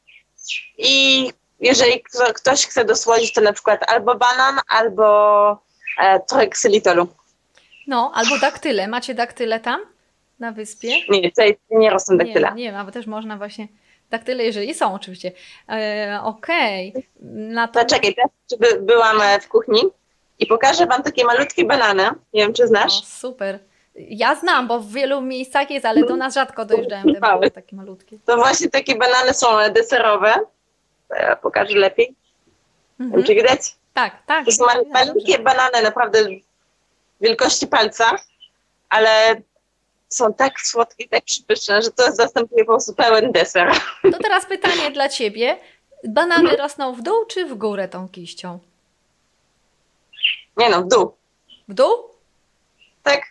i jeżeli ktoś chce dosłodzić, to na przykład albo banan, albo trochę ksylitolu. no, albo daktyle. Macie daktyle tam na wyspie? Nie, tutaj nie rosną daktyle. Nie ma, bo też można właśnie daktyle, jeżeli są oczywiście. Okej. Czekaj, teraz byłam w kuchni i pokażę wam takie malutkie banany. Nie wiem, czy znasz. O, super. Ja znam, bo w wielu miejscach jest, ale do nas rzadko dojeżdżają te banany takie malutkie. To właśnie takie banany są deserowe. Ja pokażę lepiej. Mhm. Czy widać? Tak. To są malutkie banany, naprawdę wielkości palca, ale są tak słodkie, tak przepyszne, że to zastępuje po prostu pełen deser. To teraz pytanie dla Ciebie. Banany rosną w dół czy w górę tą kiścią? Nie no, w dół. W dół? Tak.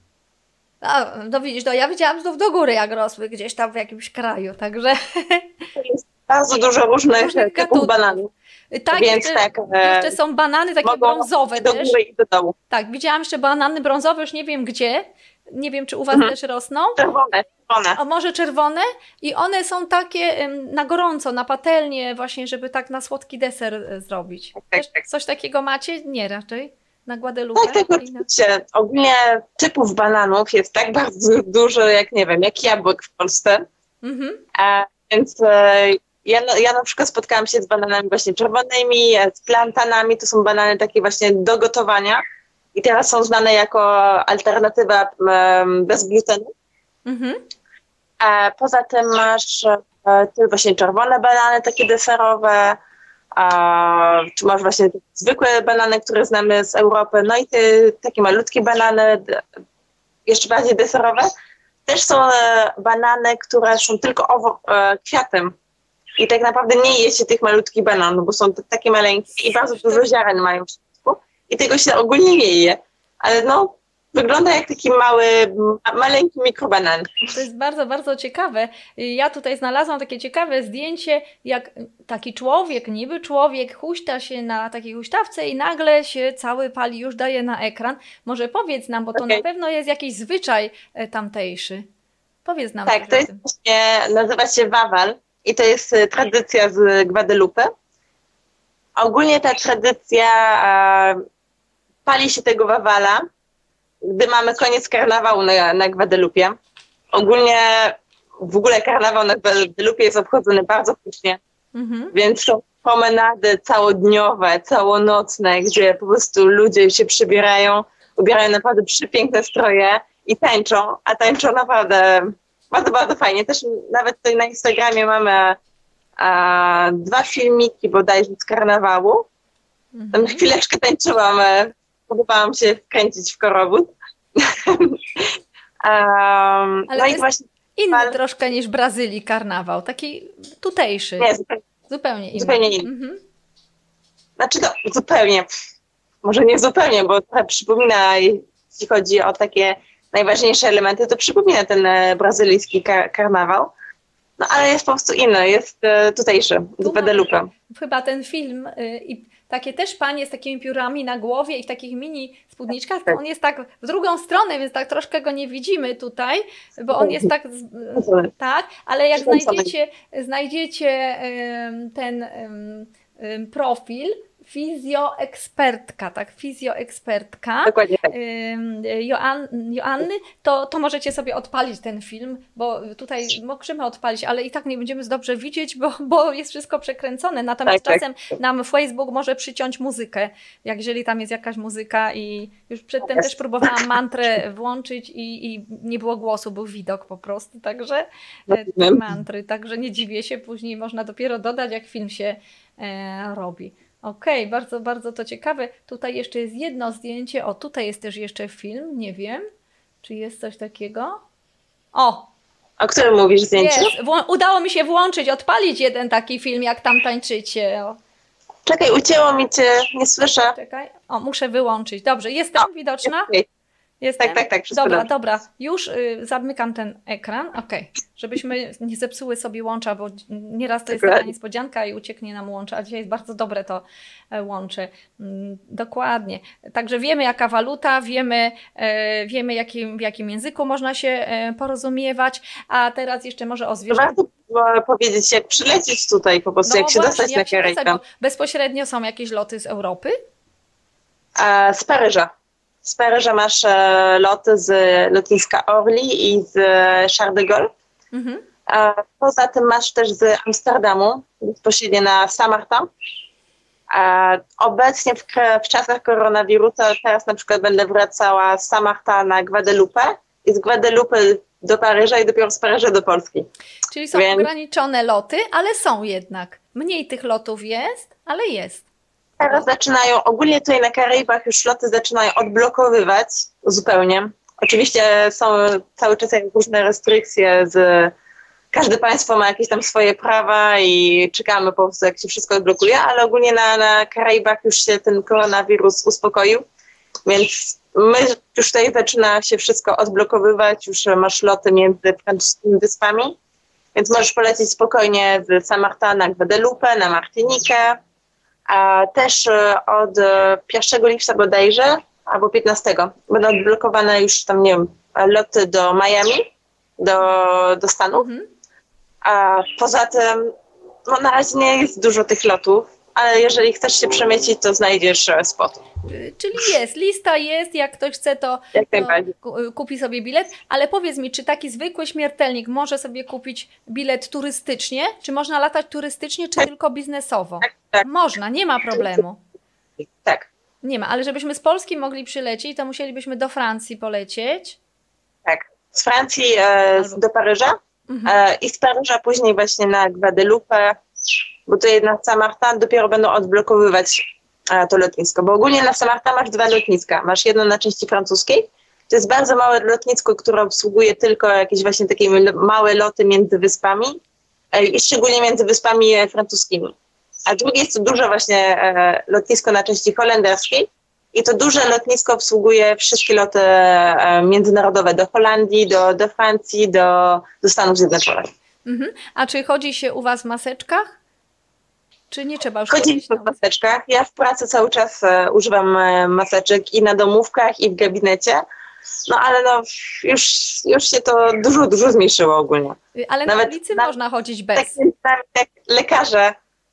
No widzisz, ja widziałam znów do góry, jak rosły gdzieś tam w jakimś kraju, także... Jest bardzo dużo różnych typów bananów. Tak, więc jeszcze są banany takie brązowe do też. góry i do dołu. Tak, widziałam jeszcze banany brązowe, już nie wiem gdzie. Nie wiem, czy u Was też rosną. Czerwone. A może czerwone? I one są takie na gorąco, na patelnię właśnie, żeby tak na słodki deser zrobić. Tak. Coś takiego macie? Nie raczej? Na Guadalupe? Tak, oczywiście. Ogólnie typów bananów jest tak bardzo dużo, jak nie wiem, jak jabłek w Polsce. Mhm. Więc ja na przykład spotkałam się z bananami właśnie czerwonymi, z plantanami. To są banany takie właśnie do gotowania. I teraz są znane jako alternatywa bez glutenu. Mhm. Poza tym masz właśnie czerwone banany, takie deserowe, czy masz właśnie zwykłe banany, które znamy z Europy, no i takie malutkie banany, jeszcze bardziej deserowe. Też są banany, które są tylko kwiatem. I tak naprawdę nie je się tych malutkich bananów, bo są takie maleńkie i bardzo dużo ziaren mają w środku. I tego się ogólnie nie je. Ale no, wygląda jak taki maleńki mikrobanan. To jest bardzo, bardzo ciekawe. Ja tutaj znalazłam takie ciekawe zdjęcie, jak taki człowiek, niby człowiek, huśta się na takiej huśtawce i nagle się cały pali, już daje na ekran. Może powiedz nam, bo to na pewno jest jakiś zwyczaj tamtejszy. Powiedz nam. Tak, to jest właśnie, nazywa się wawal i to jest tradycja z Guadalupe. Ogólnie ta tradycja pali się tego wawala, gdy mamy koniec karnawału na Guadalupie. Ogólnie w ogóle karnawał na Guadalupie jest obchodzony bardzo hucznie, więc są promenady całodniowe, całonocne, gdzie po prostu ludzie się przybierają, ubierają naprawdę przepiękne stroje i tańczą, a tańczą naprawdę bardzo, bardzo fajnie. Też nawet tutaj na Instagramie mamy 2 filmiki bodajże z karnawału. Tam chwileczkę tańczyłam, podobałam się wkręcić w korowód. Ale no i właśnie inny troszkę niż Brazylii karnawał, taki tutejszy. Nie, zupełnie inny. Zupełnie inny. Znaczy to zupełnie, może nie zupełnie, bo trochę przypomina, jeśli chodzi o takie najważniejsze elementy, to przypomina ten brazylijski karnawał. No ale jest po prostu inny, jest tutejszy, z Guadalupe. Chyba ten film i takie też panie z takimi piórami na głowie i w takich mini spódniczkach, to on jest tak w drugą stronę, więc tak troszkę go nie widzimy tutaj, bo on jest tak, tak, ale jak znajdziecie ten profil, fizjoekspertka, tak, fizjoekspertka Joanny, to możecie sobie odpalić ten film, bo tutaj możemy odpalić, ale i tak nie będziemy dobrze widzieć, bo jest wszystko przekręcone. Natomiast czasem nam Facebook może przyciąć muzykę, jeżeli tam jest jakaś muzyka i już przedtem też próbowałam mantrę włączyć i nie było głosu, był widok po prostu, także mantry, także nie dziwię się, później można dopiero dodać, jak film się robi. Okej, bardzo, bardzo to ciekawe. Tutaj jeszcze jest jedno zdjęcie. O, tutaj jest też jeszcze film. Nie wiem, czy jest coś takiego. O, O którym mówisz zdjęciu? Jest, udało mi się włączyć, odpalić jeden taki film, jak tam tańczycie. O. Czekaj, ucięło mi cię, nie słyszę. Czekaj, o, muszę wyłączyć. Dobrze, jestem widoczna? Okay. Jestem? Tak, wszystko Dobra. Już zamykam ten ekran. Okej. Żebyśmy nie zepsuły sobie łącza, bo nieraz to jest taka niespodzianka i ucieknie nam łącze, a dzisiaj jest bardzo dobre to łącze. Dokładnie. Także wiemy, jaka waluta, wiemy w jakim języku można się porozumiewać, a teraz jeszcze może o zwierzętach. Warto powiedzieć, jak przylecieć tutaj po prostu, jak się dostać na Karaibach. Bezpośrednio są jakieś loty z Europy? Z Paryża. Z Paryża masz loty z lotniska Orly i z Charles de Gaulle. Poza tym masz też z Amsterdamu, bezpośrednio na Saint-Martin. Obecnie w czasach koronawirusa teraz na przykład będę wracała z Saint-Martin na Guadeloupe i z Guadeloupe do Paryża i dopiero z Paryża do Polski. Czyli są ograniczone loty, ale są jednak. Mniej tych lotów jest, ale jest. Teraz zaczynają, ogólnie tutaj na Karaibach już loty zaczynają odblokowywać zupełnie. Oczywiście są cały czas jakieś różne restrykcje, każde państwo ma jakieś tam swoje prawa i czekamy po prostu, jak się wszystko odblokuje, ale ogólnie na Karaibach już się ten koronawirus uspokoił, więc już tutaj zaczyna się wszystko odblokowywać, już masz loty między francuskimi wyspami, więc możesz polecieć spokojnie z Saint-Martin na Guadeloupe, na Martinikę. A też od 1 lipca bodajże, albo 15 będą odblokowane już tam, nie wiem, loty do Miami, do Stanów. A poza tym, no na razie nie jest dużo tych lotów, ale jeżeli chcesz się przemycić, to znajdziesz spot. Czyli jest, lista jest, jak ktoś chce, to kupi sobie bilet. Ale powiedz mi, czy taki zwykły śmiertelnik może sobie kupić bilet turystycznie? Czy można latać turystycznie, czy tylko biznesowo? Tak. Można, nie ma problemu. Tak. Nie ma, ale żebyśmy z Polski mogli przylecieć, to musielibyśmy do Francji polecieć. Tak, z Francji do Paryża i z Paryża później właśnie na Guadeloupe, bo tutaj na Saint-Martin dopiero będą odblokowywać to lotnisko, bo ogólnie na Saint-Martin masz 2 lotniska. Masz jedno na części francuskiej, to jest bardzo małe lotnisko, które obsługuje tylko jakieś właśnie takie małe loty między wyspami i szczególnie między wyspami francuskimi. A drugie jest to duże właśnie lotnisko na części holenderskiej i to duże lotnisko obsługuje wszystkie loty międzynarodowe do Holandii, do Francji, do Stanów Zjednoczonych. A czy chodzi się u Was w maseczkach? Czy nie trzeba już chodzić w maseczkach? Ja w pracy cały czas używam maseczek i na domówkach, i w gabinecie. No ale no już się to dużo zmniejszyło ogólnie. Ale na ulicy można chodzić bez. Tak lekarze,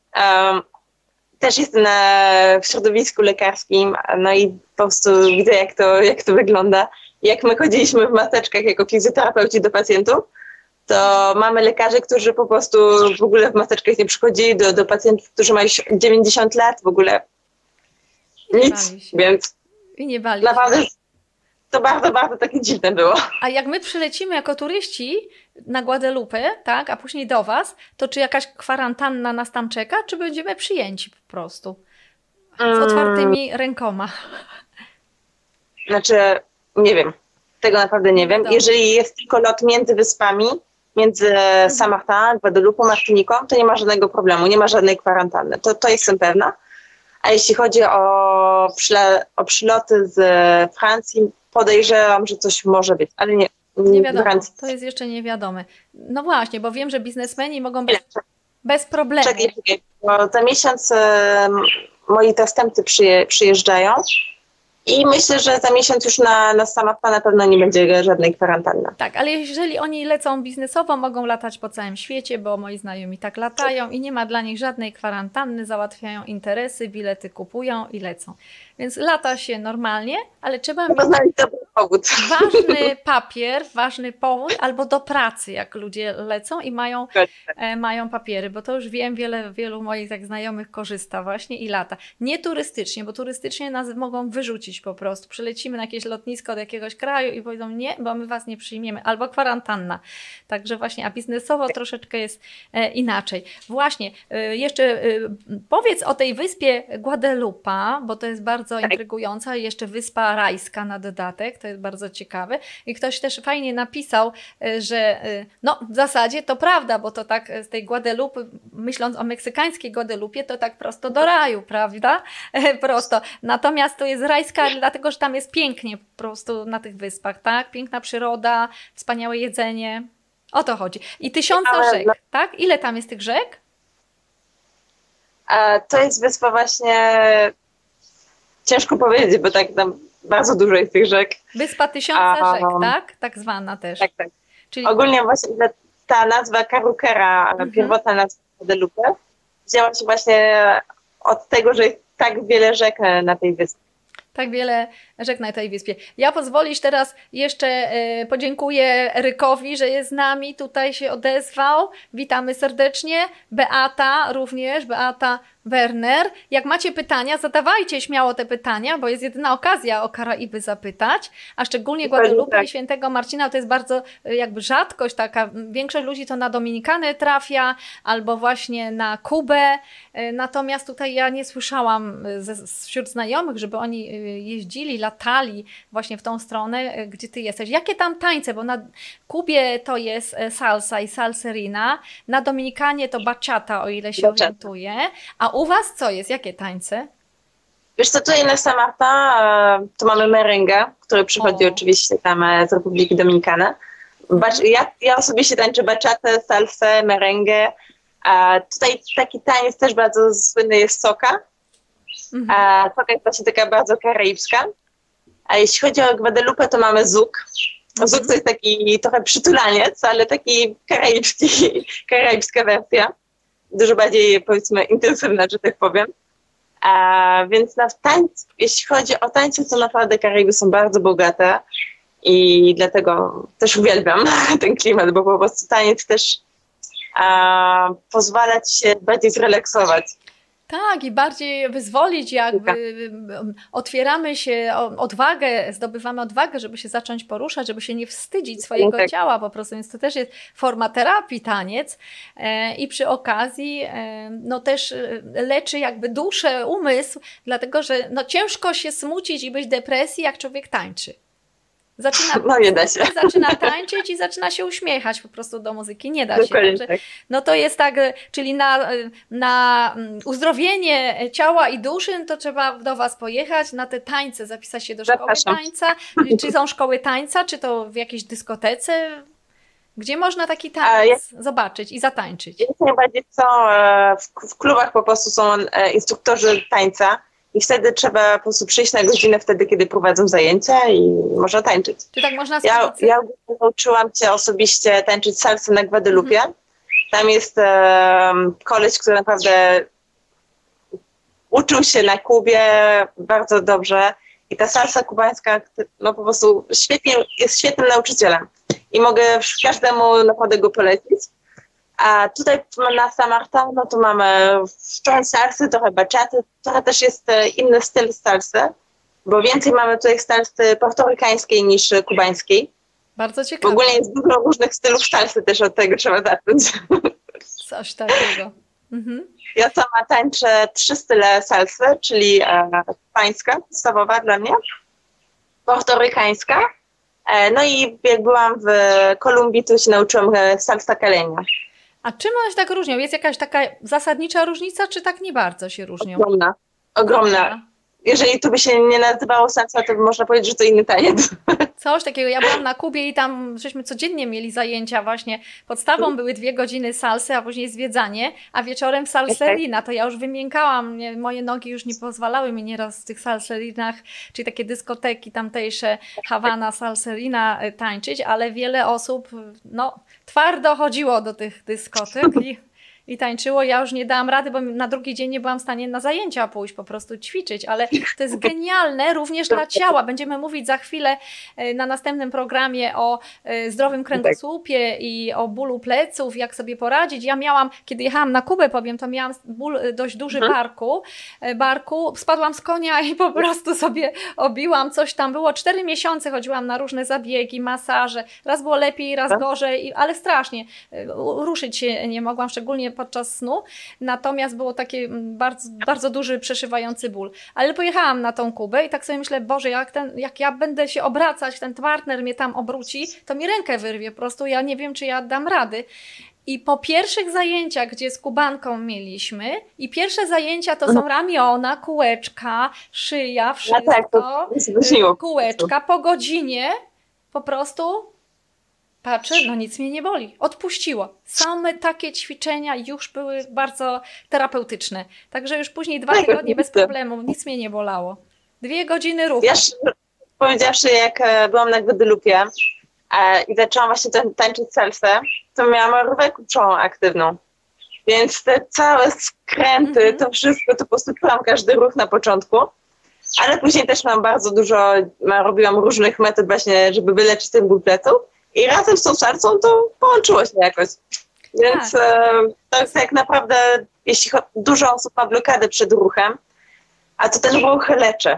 też jestem w środowisku lekarskim, no i po prostu widzę jak to wygląda. Jak my chodziliśmy w maseczkach jako fizjoterapeuci do pacjentów, to mamy lekarzy, którzy po prostu w ogóle w maseczkach nie przychodzili do pacjentów, którzy mają 90 lat, w ogóle nic, więc i nie bali naprawdę to bardzo takie dziwne było. A jak my przylecimy jako turyści na Guadeloupe, tak, a później do Was, to czy jakaś kwarantanna nas tam czeka, czy będziemy przyjęci po prostu z otwartymi rękoma? Znaczy, nie wiem. Tego naprawdę nie wiem. Dobrze. Jeżeli jest tylko lot między wyspami, między Saint-Martin, Guadeloupe, Martiniką, to nie ma żadnego problemu, nie ma żadnej kwarantanny. To jestem pewna. A jeśli chodzi o przyloty z Francji, podejrzewam, że coś może być, ale nie wiadomo. To jest jeszcze niewiadome. No właśnie, bo wiem, że biznesmeni mogą być bez problemu. Czekaj, bo za miesiąc moi zastępcy przyjeżdżają i myślę, że za miesiąc już na Saint-Martin na pewno nie będzie żadnej kwarantanny. Tak, ale jeżeli oni lecą biznesowo, mogą latać po całym świecie, bo moi znajomi tak latają i nie ma dla nich żadnej kwarantanny, załatwiają interesy, bilety kupują i lecą. Więc lata się normalnie, ale trzeba mieć dobry powód. Ważny powód, albo do pracy, jak ludzie lecą i mają papiery, bo to już wiem, wielu moich znajomych korzysta właśnie i lata. Nie turystycznie, bo turystycznie nas mogą wyrzucić wrócić po prostu. Przylecimy na jakieś lotnisko do jakiegoś kraju i powiedzą nie, bo my was nie przyjmiemy. Albo kwarantanna. Także właśnie, a biznesowo troszeczkę jest inaczej. Właśnie, jeszcze powiedz o tej wyspie Guadalupa, bo to jest bardzo intrygująca. Jeszcze wyspa rajska na dodatek, to jest bardzo ciekawe. I ktoś też fajnie napisał, że no w zasadzie to prawda, bo to tak z tej Guadalupy, myśląc o meksykańskiej Guadalupie, to tak prosto do raju, prawda? Prosto. Natomiast to jest rajska, dlatego że tam jest pięknie po prostu na tych wyspach, tak? Piękna przyroda, wspaniałe jedzenie. O to chodzi. I tysiące rzek, tak? Ile tam jest tych rzek? To jest wyspa właśnie, ciężko powiedzieć, bo tak tam bardzo dużo jest tych rzek. Wyspa tysiąca rzek, tak? Tak zwana też. Tak, tak. Czyli... Ogólnie właśnie ta nazwa Carruquera, pierwotna nazwa Guadalupe, wzięła się właśnie od tego, że jest tak wiele rzek na tej wyspie. Tak wiele rzek na tej wyspie. Ja pozwolisz teraz jeszcze podziękuję Erykowi, że jest z nami, tutaj się odezwał. Witamy serdecznie. Beata również, Beata Werner. Jak macie pytania, zadawajcie śmiało te pytania, bo jest jedyna okazja o Karaiby zapytać, a szczególnie Guadalupe i Świętego Marcina to jest bardzo jakby rzadkość taka. Większość ludzi to na Dominikanę trafia albo właśnie na Kubę. Natomiast tutaj ja nie słyszałam wśród znajomych, żeby oni jeździli, latali właśnie w tą stronę, gdzie ty jesteś. Jakie tam tańce? Bo na Kubie to jest salsa i salserina, na Dominikanie to bachata, o ile się orientuję. A u was co jest? Jakie tańce? Wiesz co, tutaj na Saint Martin to mamy merengue, który przychodzi oczywiście tam z Republiki Dominikana. Ja osobiście tańczę bachatę, salsę, merengue. Tutaj taki taniec też bardzo słynny jest soca. Soca jest właśnie taka bardzo karaibska. A jeśli chodzi o Guadalupe, to mamy zouk. Zouk to jest taki trochę przytulaniec, ale taki karaibska wersja. Dużo bardziej, powiedzmy, intensywna, że tak powiem. Więc jeśli chodzi o tańce, to naprawdę Karaiby są bardzo bogate i dlatego też uwielbiam ten klimat, bo po prostu taniec też pozwala ci się bardziej zrelaksować. Tak, i bardziej wyzwolić, jakby otwieramy się, odwagę, zdobywamy odwagę, żeby się zacząć poruszać, żeby się nie wstydzić swojego ciała po prostu, więc to też jest forma terapii, taniec i przy okazji no też leczy jakby duszę, umysł, dlatego że no ciężko się smucić i być w depresji, jak człowiek tańczy. Zaczyna tańczyć i zaczyna się uśmiechać po prostu do muzyki. Nie da się. Także, no to jest tak, czyli na uzdrowienie ciała i duszy, no to trzeba do was pojechać, na te tańce, zapisać się do szkoły tańca. Czy są szkoły tańca, czy to w jakiejś dyskotece? Gdzie można taki taniec zobaczyć i zatańczyć? Jak najbardziej w klubach po prostu są instruktorzy tańca. I wtedy trzeba po prostu przyjść na godzinę wtedy, kiedy prowadzą zajęcia i można tańczyć. Czy tak można Ja nauczyłam się osobiście tańczyć salsę na Guadalupie. Tam jest koleś, który naprawdę uczył się na Kubie bardzo dobrze. I ta salsa kubańska no po prostu jest świetnym nauczycielem. I mogę każdemu naprawdę go polecić. A tutaj na Saint Martin, no to mamy trochę salsy, trochę bachaty, trochę też jest inny styl salsy, bo więcej mamy tutaj salsy portorykańskiej niż kubańskiej. Bardzo ciekawe. W ogóle jest dużo różnych stylów salsy, też od tego trzeba zacząć. Coś takiego. Ja sama tańczę 3 style salsy, czyli pańska, podstawowa dla mnie, portorykańska, no i jak byłam w Kolumbii, to się nauczyłam salsa caleña. A czym one się tak różnią? Jest jakaś taka zasadnicza różnica, czy tak nie bardzo się różnią? Ogromna. Jeżeli tu by się nie nazywało salsa, to można powiedzieć, że to inny taniec. Coś takiego. Ja byłam na Kubie i tam żeśmy codziennie mieli zajęcia właśnie. Podstawą były 2 godziny salsy, a później zwiedzanie, a wieczorem salserina. To ja już wymiękałam. Moje nogi już nie pozwalały mi nieraz w tych salserinach, czyli takie dyskoteki tamtejsze, Hawana, salserina tańczyć, ale wiele osób no, twardo chodziło do tych dyskotek i tańczyło. Ja już nie dałam rady, bo na drugi dzień nie byłam w stanie na zajęcia pójść, po prostu ćwiczyć, ale to jest genialne również dla ciała. Będziemy mówić za chwilę na następnym programie o zdrowym kręgosłupie i o bólu pleców, jak sobie poradzić. Ja miałam, kiedy jechałam na Kubę, powiem, to miałam ból dość duży barku, spadłam z konia i po prostu sobie obiłam, coś tam było. 4 miesiące chodziłam na różne zabiegi, masaże, raz było lepiej, raz gorzej, ale strasznie. Ruszyć się nie mogłam, szczególnie podczas snu, natomiast było taki bardzo, bardzo duży, przeszywający ból. Ale pojechałam na tą Kubę i tak sobie myślę, Boże, jak ja będę się obracać, ten partner mnie tam obróci, to mi rękę wyrwie po prostu, ja nie wiem, czy ja dam rady. I po pierwszych zajęciach, gdzie z Kubanką mieliśmy, i pierwsze zajęcia to są ramiona, kółeczka, szyja, wszystko, kółeczka, po godzinie po prostu patrzę, no nic mnie nie boli. Odpuściło. Same takie ćwiczenia już były bardzo terapeutyczne. Także już później 2 tygodnie bez problemu, nic mnie nie bolało. 2 godziny ruchu. Wiesz, powiedziawszy, jak byłam na Guadalupie i zaczęłam właśnie tańczyć salsę, to miałam rurę kurczową aktywną. Więc te całe skręty, to wszystko, to po prostu czułam każdy ruch na początku. Ale później też mam bardzo dużo, robiłam różnych metod właśnie, żeby wyleczyć ten ból pleców. I razem z tą salsą to połączyło się jakoś. Więc to jest tak naprawdę, jeśli dużo osób ma blokadę przed ruchem, a to ten ruch leczy.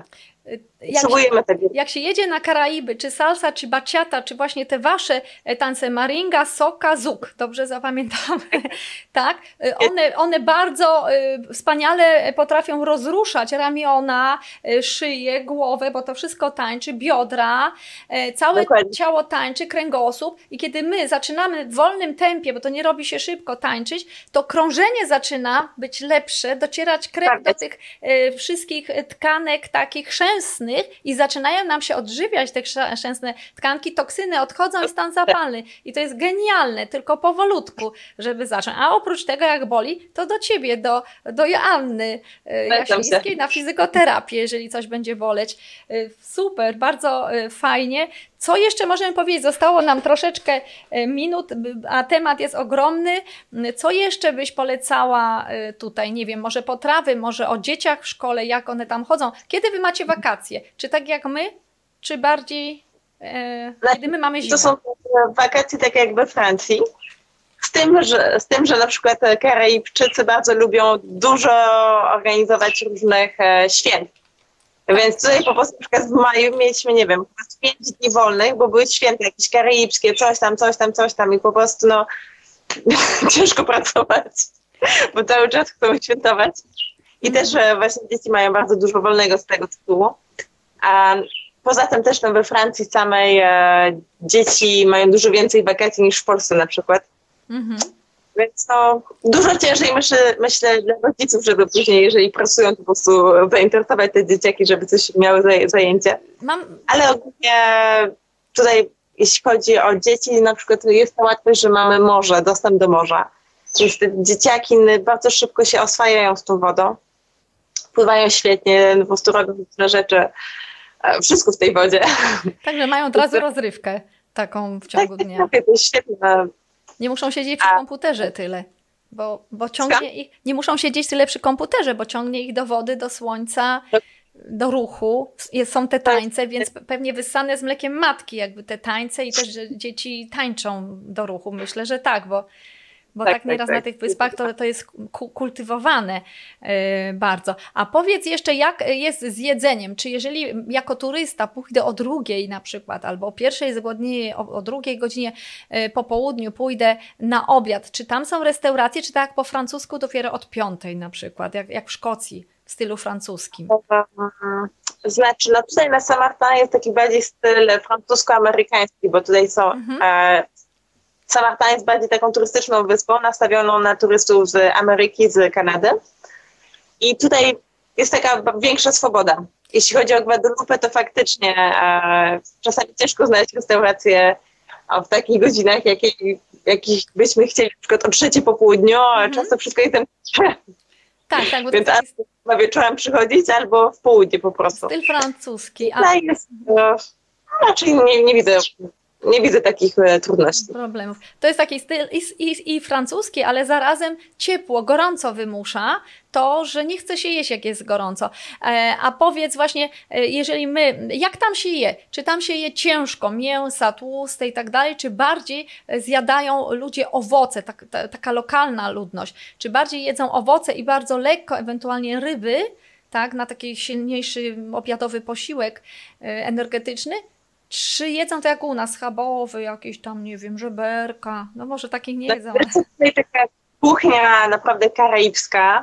Jak się jedzie na Karaiby, czy salsa, czy bachata, czy właśnie te wasze tańce maringa, soca, zouk, dobrze zapamiętam, tak? One bardzo wspaniale potrafią rozruszać ramiona, szyję, głowę, bo to wszystko tańczy, biodra, całe ciało tańczy, kręgosłup i kiedy my zaczynamy w wolnym tempie, bo to nie robi się szybko tańczyć, to krążenie zaczyna być lepsze, docierać krew do tych wszystkich tkanek takich chrzęsnych i zaczynają nam się odżywiać te chrzęsne tkanki, toksyny odchodzą i stan zapalny. I to jest genialne, tylko powolutku, żeby zacząć. A oprócz tego, jak boli, to do ciebie, do Joanny Jasińskiej na fizjoterapię, jeżeli coś będzie boleć. Super, bardzo fajnie. Co jeszcze możemy powiedzieć? Zostało nam troszeczkę minut, a temat jest ogromny. Co jeszcze byś polecała tutaj? Nie wiem, może potrawy, może o dzieciach w szkole, jak one tam chodzą. Kiedy wy macie wakacje? Czy tak jak my? Czy bardziej kiedy my mamy zimę? To są wakacje tak jak we Francji. Z tym, że na przykład Karaibczycy bardzo lubią dużo organizować różnych święt. Więc tutaj po prostu na przykład w maju mieliśmy, nie wiem, 5 dni wolnych, bo były święta jakieś karaibskie, coś tam i po prostu no ciężko pracować, bo cały czas chcą świętować. I też właśnie dzieci mają bardzo dużo wolnego z tego tytułu. A poza tym też no, we Francji samej dzieci mają dużo więcej wakacji niż w Polsce na przykład. Więc no, dużo ciężej myślę dla rodziców, żeby później, jeżeli pracują, to po prostu zainteresować te dzieciaki, żeby coś miały zajęcie. Ale ogólnie tutaj, jeśli chodzi o dzieci, na przykład jest to łatwość, że mamy morze, dostęp do morza. Więc te dzieciaki bardzo szybko się oswajają z tą wodą. Pływają świetnie, po prostu robią różne rzeczy. Wszystko w tej wodzie. Także mają od razu rozrywkę taką w ciągu dnia. Tak, to jest świetne. Nie muszą siedzieć przy komputerze tyle, bo ciągnie ich, nie muszą siedzieć tyle przy komputerze, bo ciągnie ich do wody, do słońca, do ruchu. Są te tańce, więc pewnie wyssane z mlekiem matki jakby te tańce i też, że dzieci tańczą do ruchu. Myślę, że tak, bo tak nieraz na tych wyspach to jest kultywowane bardzo. A powiedz jeszcze, jak jest z jedzeniem? Czy jeżeli jako turysta pójdę o 2:00 na przykład, albo o 1:00 zgłodnieję, o 2:00 godzinie po południu pójdę na obiad, czy tam są restauracje, czy tak jak po francusku dopiero od 5:00 na przykład, jak w Szkocji, w stylu francuskim? Znaczy, no tutaj na Saint-Martin jest taki bardziej styl francusko-amerykański, bo tutaj są... Saint-Martin jest bardziej taką turystyczną wyspą, nastawioną na turystów z Ameryki, z Kanady. I tutaj jest taka większa swoboda. Jeśli chodzi o Guadalupe, to faktycznie czasami ciężko znaleźć restaurację w takich godzinach, jakich byśmy chcieli, na przykład o 3:00 po południu, a często wszystko jest tam. Tak, bo więc albo wieczorem przychodzić, albo w południe po prostu. Styl francuski. Raczej nie widzę nie widzę takich trudności. Problemów. To jest taki styl i francuski, ale zarazem ciepło, gorąco wymusza to, że nie chce się jeść, jak jest gorąco. A powiedz właśnie, jeżeli jak tam się je? Czy tam się je ciężko, mięsa, tłuste i tak dalej, czy bardziej zjadają ludzie owoce, taka lokalna ludność? Czy bardziej jedzą owoce i bardzo lekko, ewentualnie ryby, tak, na taki silniejszy obiadowy posiłek energetyczny? Czy jedzą to jak u nas, schabowy, jakieś tam, nie wiem, żeberka? No może takich nie jedzą. To jest tutaj taka kuchnia naprawdę karaibska.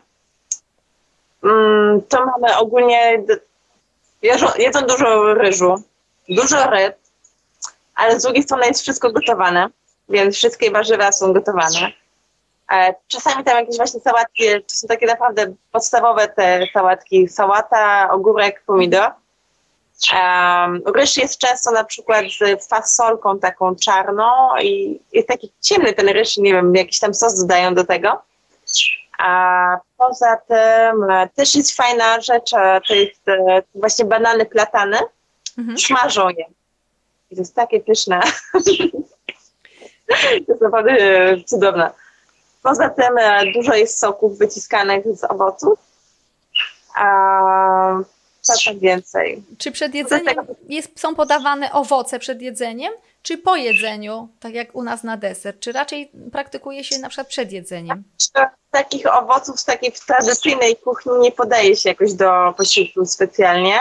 To mamy ogólnie, jedzą dużo ryżu, dużo ryb, ale z drugiej strony jest wszystko gotowane, więc wszystkie warzywa są gotowane. Czasami tam jakieś właśnie sałatki, to są takie naprawdę podstawowe te sałatki, sałata, ogórek, pomidor. Ryż jest często na przykład z fasolką taką czarną i jest taki ciemny ten ryż, nie wiem, jakiś tam sos dodają do tego. A poza tym też jest fajna rzecz, to jest właśnie banany platany, smażą je. I to jest takie pyszne. To jest naprawdę cudowne. Poza tym dużo jest soków wyciskanych z owoców. Co tam więcej? Czy przed jedzeniem są podawane owoce przed jedzeniem, czy po jedzeniu, tak jak u nas na deser? Czy raczej praktykuje się na przykład przed jedzeniem? Takich owoców z takiej tradycyjnej kuchni nie podaje się jakoś do posiłku specjalnie.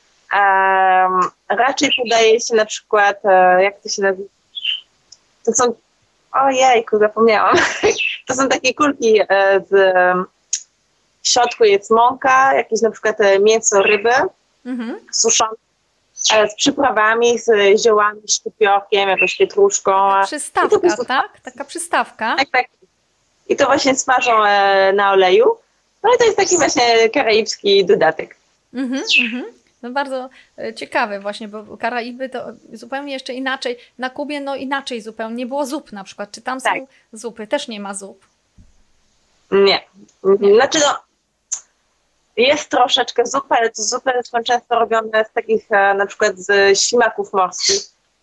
Raczej podaje się na przykład, jak to się nazywa? To są, ojejku, zapomniałam. To są takie kulki w środku jest mąka, jakieś na przykład mięso ryby suszone z przyprawami, z ziołami, szczypiorkiem, jakąś pietruszką. Taka przystawka, tak? Taka przystawka. Tak. I to właśnie smażą na oleju. No i to jest taki właśnie karaibski dodatek. No bardzo ciekawe właśnie, bo Karaiby to zupełnie jeszcze inaczej. Na Kubie no inaczej zupełnie. Nie było zup na przykład. Czy tam są zupy? Też nie ma zup. Nie. Znaczy jest troszeczkę zup, ale to zupy są często robione z takich na przykład z ślimaków morskich.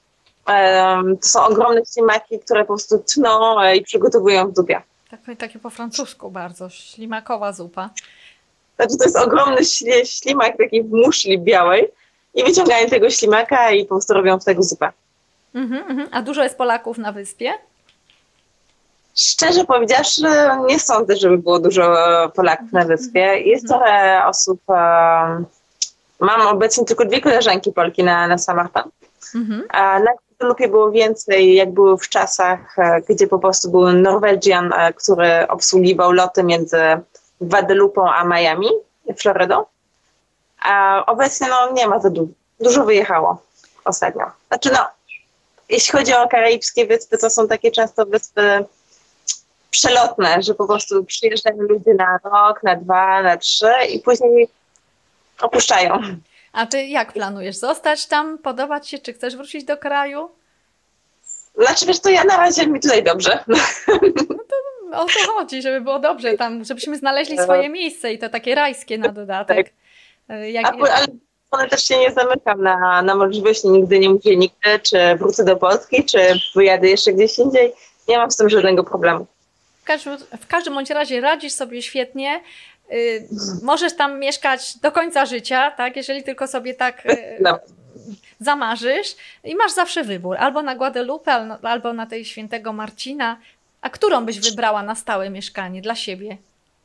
To są ogromne ślimaki, które po prostu tną i przygotowują w zupie. Takie po francusku bardzo, ślimakowa zupa. Znaczy to jest ogromny ślimak taki w muszli białej i wyciągają tego ślimaka i po prostu robią z tego zupę. A dużo jest Polaków na wyspie? Szczerze powiedziawszy, nie sądzę, żeby było dużo Polaków na wyspie. Jest trochę osób, mam obecnie tylko 2 koleżanki Polki na Samartan. A na Guadelupie było więcej, jak było w czasach, gdzie po prostu był Norwegian, który obsługiwał loty między Guadelupą a Miami, Florydą. A obecnie nie ma za dużo. Dużo wyjechało ostatnio. Znaczy jeśli chodzi o karaibskie wyspy, to są takie często wyspy przelotne, że po prostu przyjeżdżają ludzie na rok, na 2, na 3 i później opuszczają. A ty jak planujesz? Zostać tam? Podobać się? Czy chcesz wrócić do kraju? Znaczy wiesz, to ja na razie mi tutaj dobrze. No to o to chodzi, żeby było dobrze tam, żebyśmy znaleźli swoje miejsce i to takie rajskie na dodatek. Ale one też się nie zamykam na możliwości, nigdy nie mówię nigdy, czy wrócę do Polski, czy wyjadę jeszcze gdzieś indziej. Nie mam z tym żadnego problemu. W każdym bądź razie radzisz sobie świetnie. Możesz tam mieszkać do końca życia, tak? Jeżeli tylko sobie tak zamarzysz i masz zawsze wybór. Albo na Guadalupe, albo na tej Świętego Marcina. A którą byś wybrała na stałe mieszkanie dla siebie?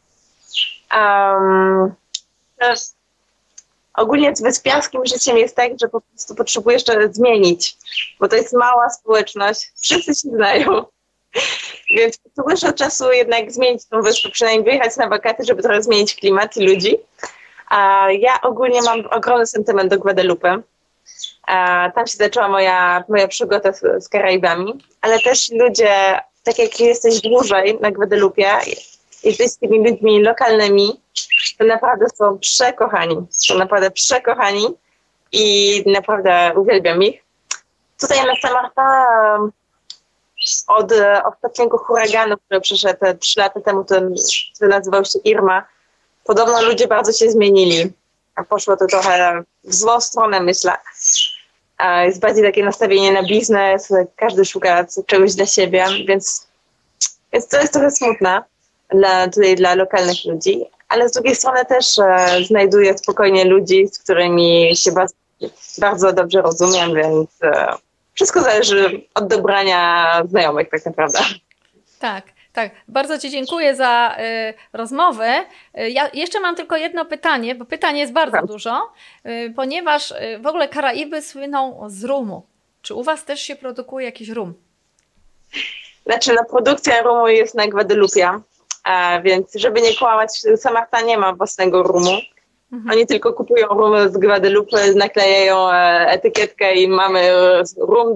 Ogólnie z wyspiarskim życiem jest tak, że po prostu potrzebujesz to zmienić, bo to jest mała społeczność, wszyscy się znają, więc potrzebujesz od czasu jednak zmienić tą wyspę, przynajmniej wyjechać na wakacje, żeby trochę zmienić klimat i ludzi. Ja ogólnie mam ogromny sentyment do Guadalupe. Tam się zaczęła moja przygoda z Karaibami, ale też ludzie, tak jak jesteś dłużej na Guadalupie, jesteś z tymi ludźmi lokalnymi, to naprawdę są przekochani. Są naprawdę przekochani i naprawdę uwielbiam ich. Tutaj na Samartan od ostatniego huraganu, który przyszedł 3 lata temu, który nazywał się Irma, podobno ludzie bardzo się zmienili. A poszło to trochę w złą stronę, myślę. jest bardziej takie nastawienie na biznes, każdy szuka czegoś dla siebie, więc to jest trochę smutne dla lokalnych ludzi, ale z drugiej strony też znajduję spokojnie ludzi, z którymi się bardzo dobrze rozumiem, więc wszystko zależy od dobrania znajomych tak naprawdę. Tak, tak. Bardzo Ci dziękuję za rozmowę. Ja jeszcze mam tylko jedno pytanie, bo pytań jest bardzo dużo, ponieważ w ogóle Karaiby słyną z rumu. Czy u Was też się produkuje jakiś rum? Znaczy, produkcja rumu jest na Gwadelupie, więc żeby nie kłamać, Samarta nie ma własnego rumu. Oni tylko kupują rum z Gwadelupy, naklejają etykietkę i mamy rum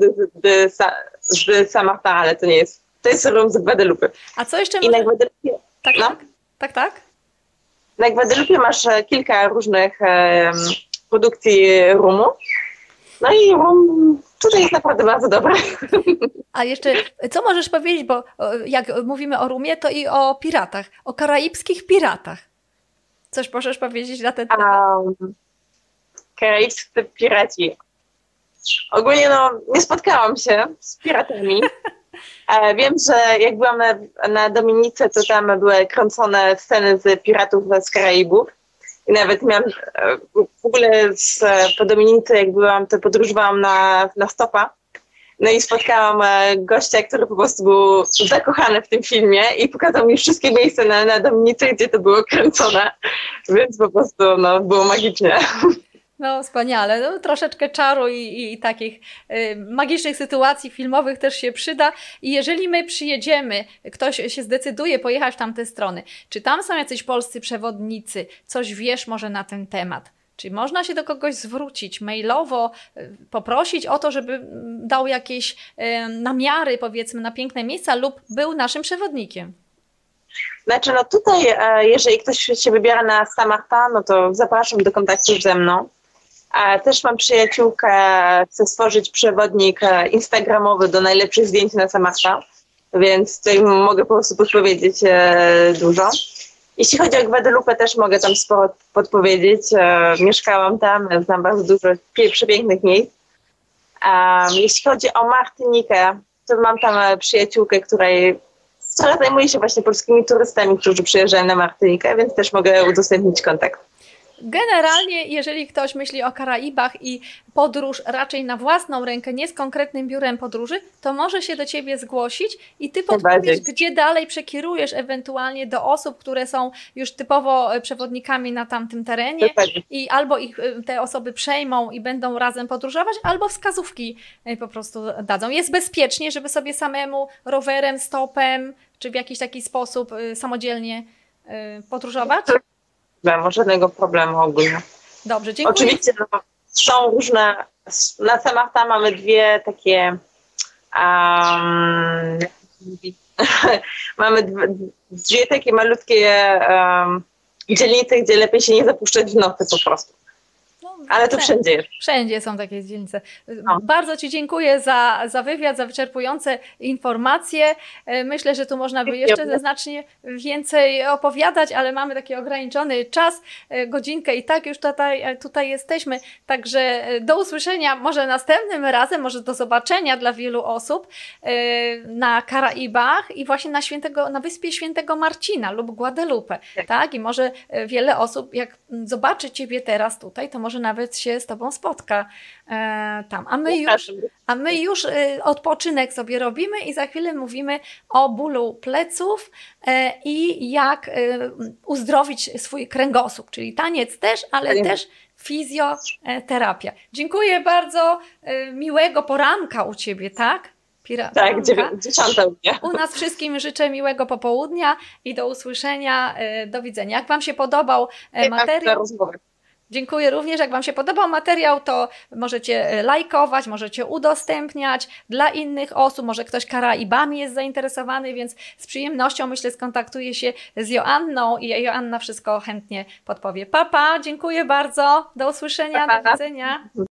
z Samarta, ale to nie jest. To jest rum z Gwadelupy. A co jeszcze I na Gwadelupie, tak. Na Gwadelupie masz kilka różnych produkcji rumu. No i rum tutaj jest naprawdę bardzo dobry. A jeszcze, co możesz powiedzieć, bo jak mówimy o rumie, to i o piratach, o karaibskich piratach. Coś możesz powiedzieć na ten temat? Karaibscy piraci. Ogólnie nie spotkałam się z piratami. Wiem, że jak byłam na Dominice, to tam były kręcone sceny z piratów z Karaibów. I nawet miałam w ogóle po Dominice, jak byłam, to podróżowałam na stopa. No i spotkałam gościa, który po prostu był zakochany w tym filmie i pokazał mi wszystkie miejsca na Dominice, gdzie to było kręcone. Więc po prostu było magicznie. No wspaniale, troszeczkę czaru i takich magicznych sytuacji filmowych też się przyda. I jeżeli my przyjedziemy, ktoś się zdecyduje pojechać w tamte strony, czy tam są jacyś polscy przewodnicy, coś wiesz może na ten temat? Czy można się do kogoś zwrócić mailowo, poprosić o to, żeby dał jakieś namiary, powiedzmy, na piękne miejsca lub był naszym przewodnikiem? Znaczy, tutaj, jeżeli ktoś się wybiera na Samarta, to zapraszam do kontaktu ze mną. Też mam przyjaciółkę, chcę stworzyć przewodnik instagramowy do najlepszych zdjęć na Samarta, więc tutaj mogę po prostu podpowiedzieć dużo. Jeśli chodzi o Gwadelupę, też mogę tam sporo podpowiedzieć. Mieszkałam tam, znam bardzo dużo przepięknych miejsc. Jeśli chodzi o Martynikę, to mam tam przyjaciółkę, która zajmuje się właśnie polskimi turystami, którzy przyjeżdżają na Martynikę, więc też mogę udostępnić kontakt. Generalnie, jeżeli ktoś myśli o Karaibach i podróż raczej na własną rękę, nie z konkretnym biurem podróży, to może się do Ciebie zgłosić i Ty podpowiesz, gdzie dalej przekierujesz ewentualnie do osób, które są już typowo przewodnikami na tamtym terenie i albo ich te osoby przejmą i będą razem podróżować, albo wskazówki po prostu dadzą. Jest bezpiecznie, żeby sobie samemu rowerem, stopem, czy w jakiś taki sposób samodzielnie podróżować? Nie ma żadnego problemu ogólnie. Dobrze, dziękuję. Oczywiście są różne, na Samarta mamy dwie takie mamy dwie takie malutkie dzielnice, gdzie lepiej się nie zapuszczać w nocy po prostu. Ale to wszędzie jest. Wszędzie są takie dzielnice. Bardzo Ci dziękuję za wywiad, za wyczerpujące informacje. Myślę, że tu można by jeszcze znacznie więcej opowiadać, ale mamy taki ograniczony czas, godzinkę i tak już tutaj jesteśmy. Także do usłyszenia może następnym razem, może do zobaczenia dla wielu osób na Karaibach i właśnie na wyspie Świętego Marcina lub Guadalupe. Tak? I może wiele osób, jak zobaczy Ciebie teraz tutaj, to może nawet się z Tobą spotka tam. A my już odpoczynek sobie robimy i za chwilę mówimy o bólu pleców i jak uzdrowić swój kręgosłup, czyli taniec też, ale też fizjoterapia. Dziękuję bardzo. Miłego poranka u Ciebie, tak? Tak, 10 dnia. U nas wszystkim życzę miłego popołudnia i do usłyszenia. Do widzenia. Jak Wam się podobał materiał? Dziękuję również. Jak Wam się podobał materiał, to możecie lajkować, możecie udostępniać dla innych osób. Może ktoś Karaibami jest zainteresowany, więc z przyjemnością, myślę, skontaktuję się z Joanną i Joanna wszystko chętnie podpowie. Pa, dziękuję bardzo. Do usłyszenia, do widzenia.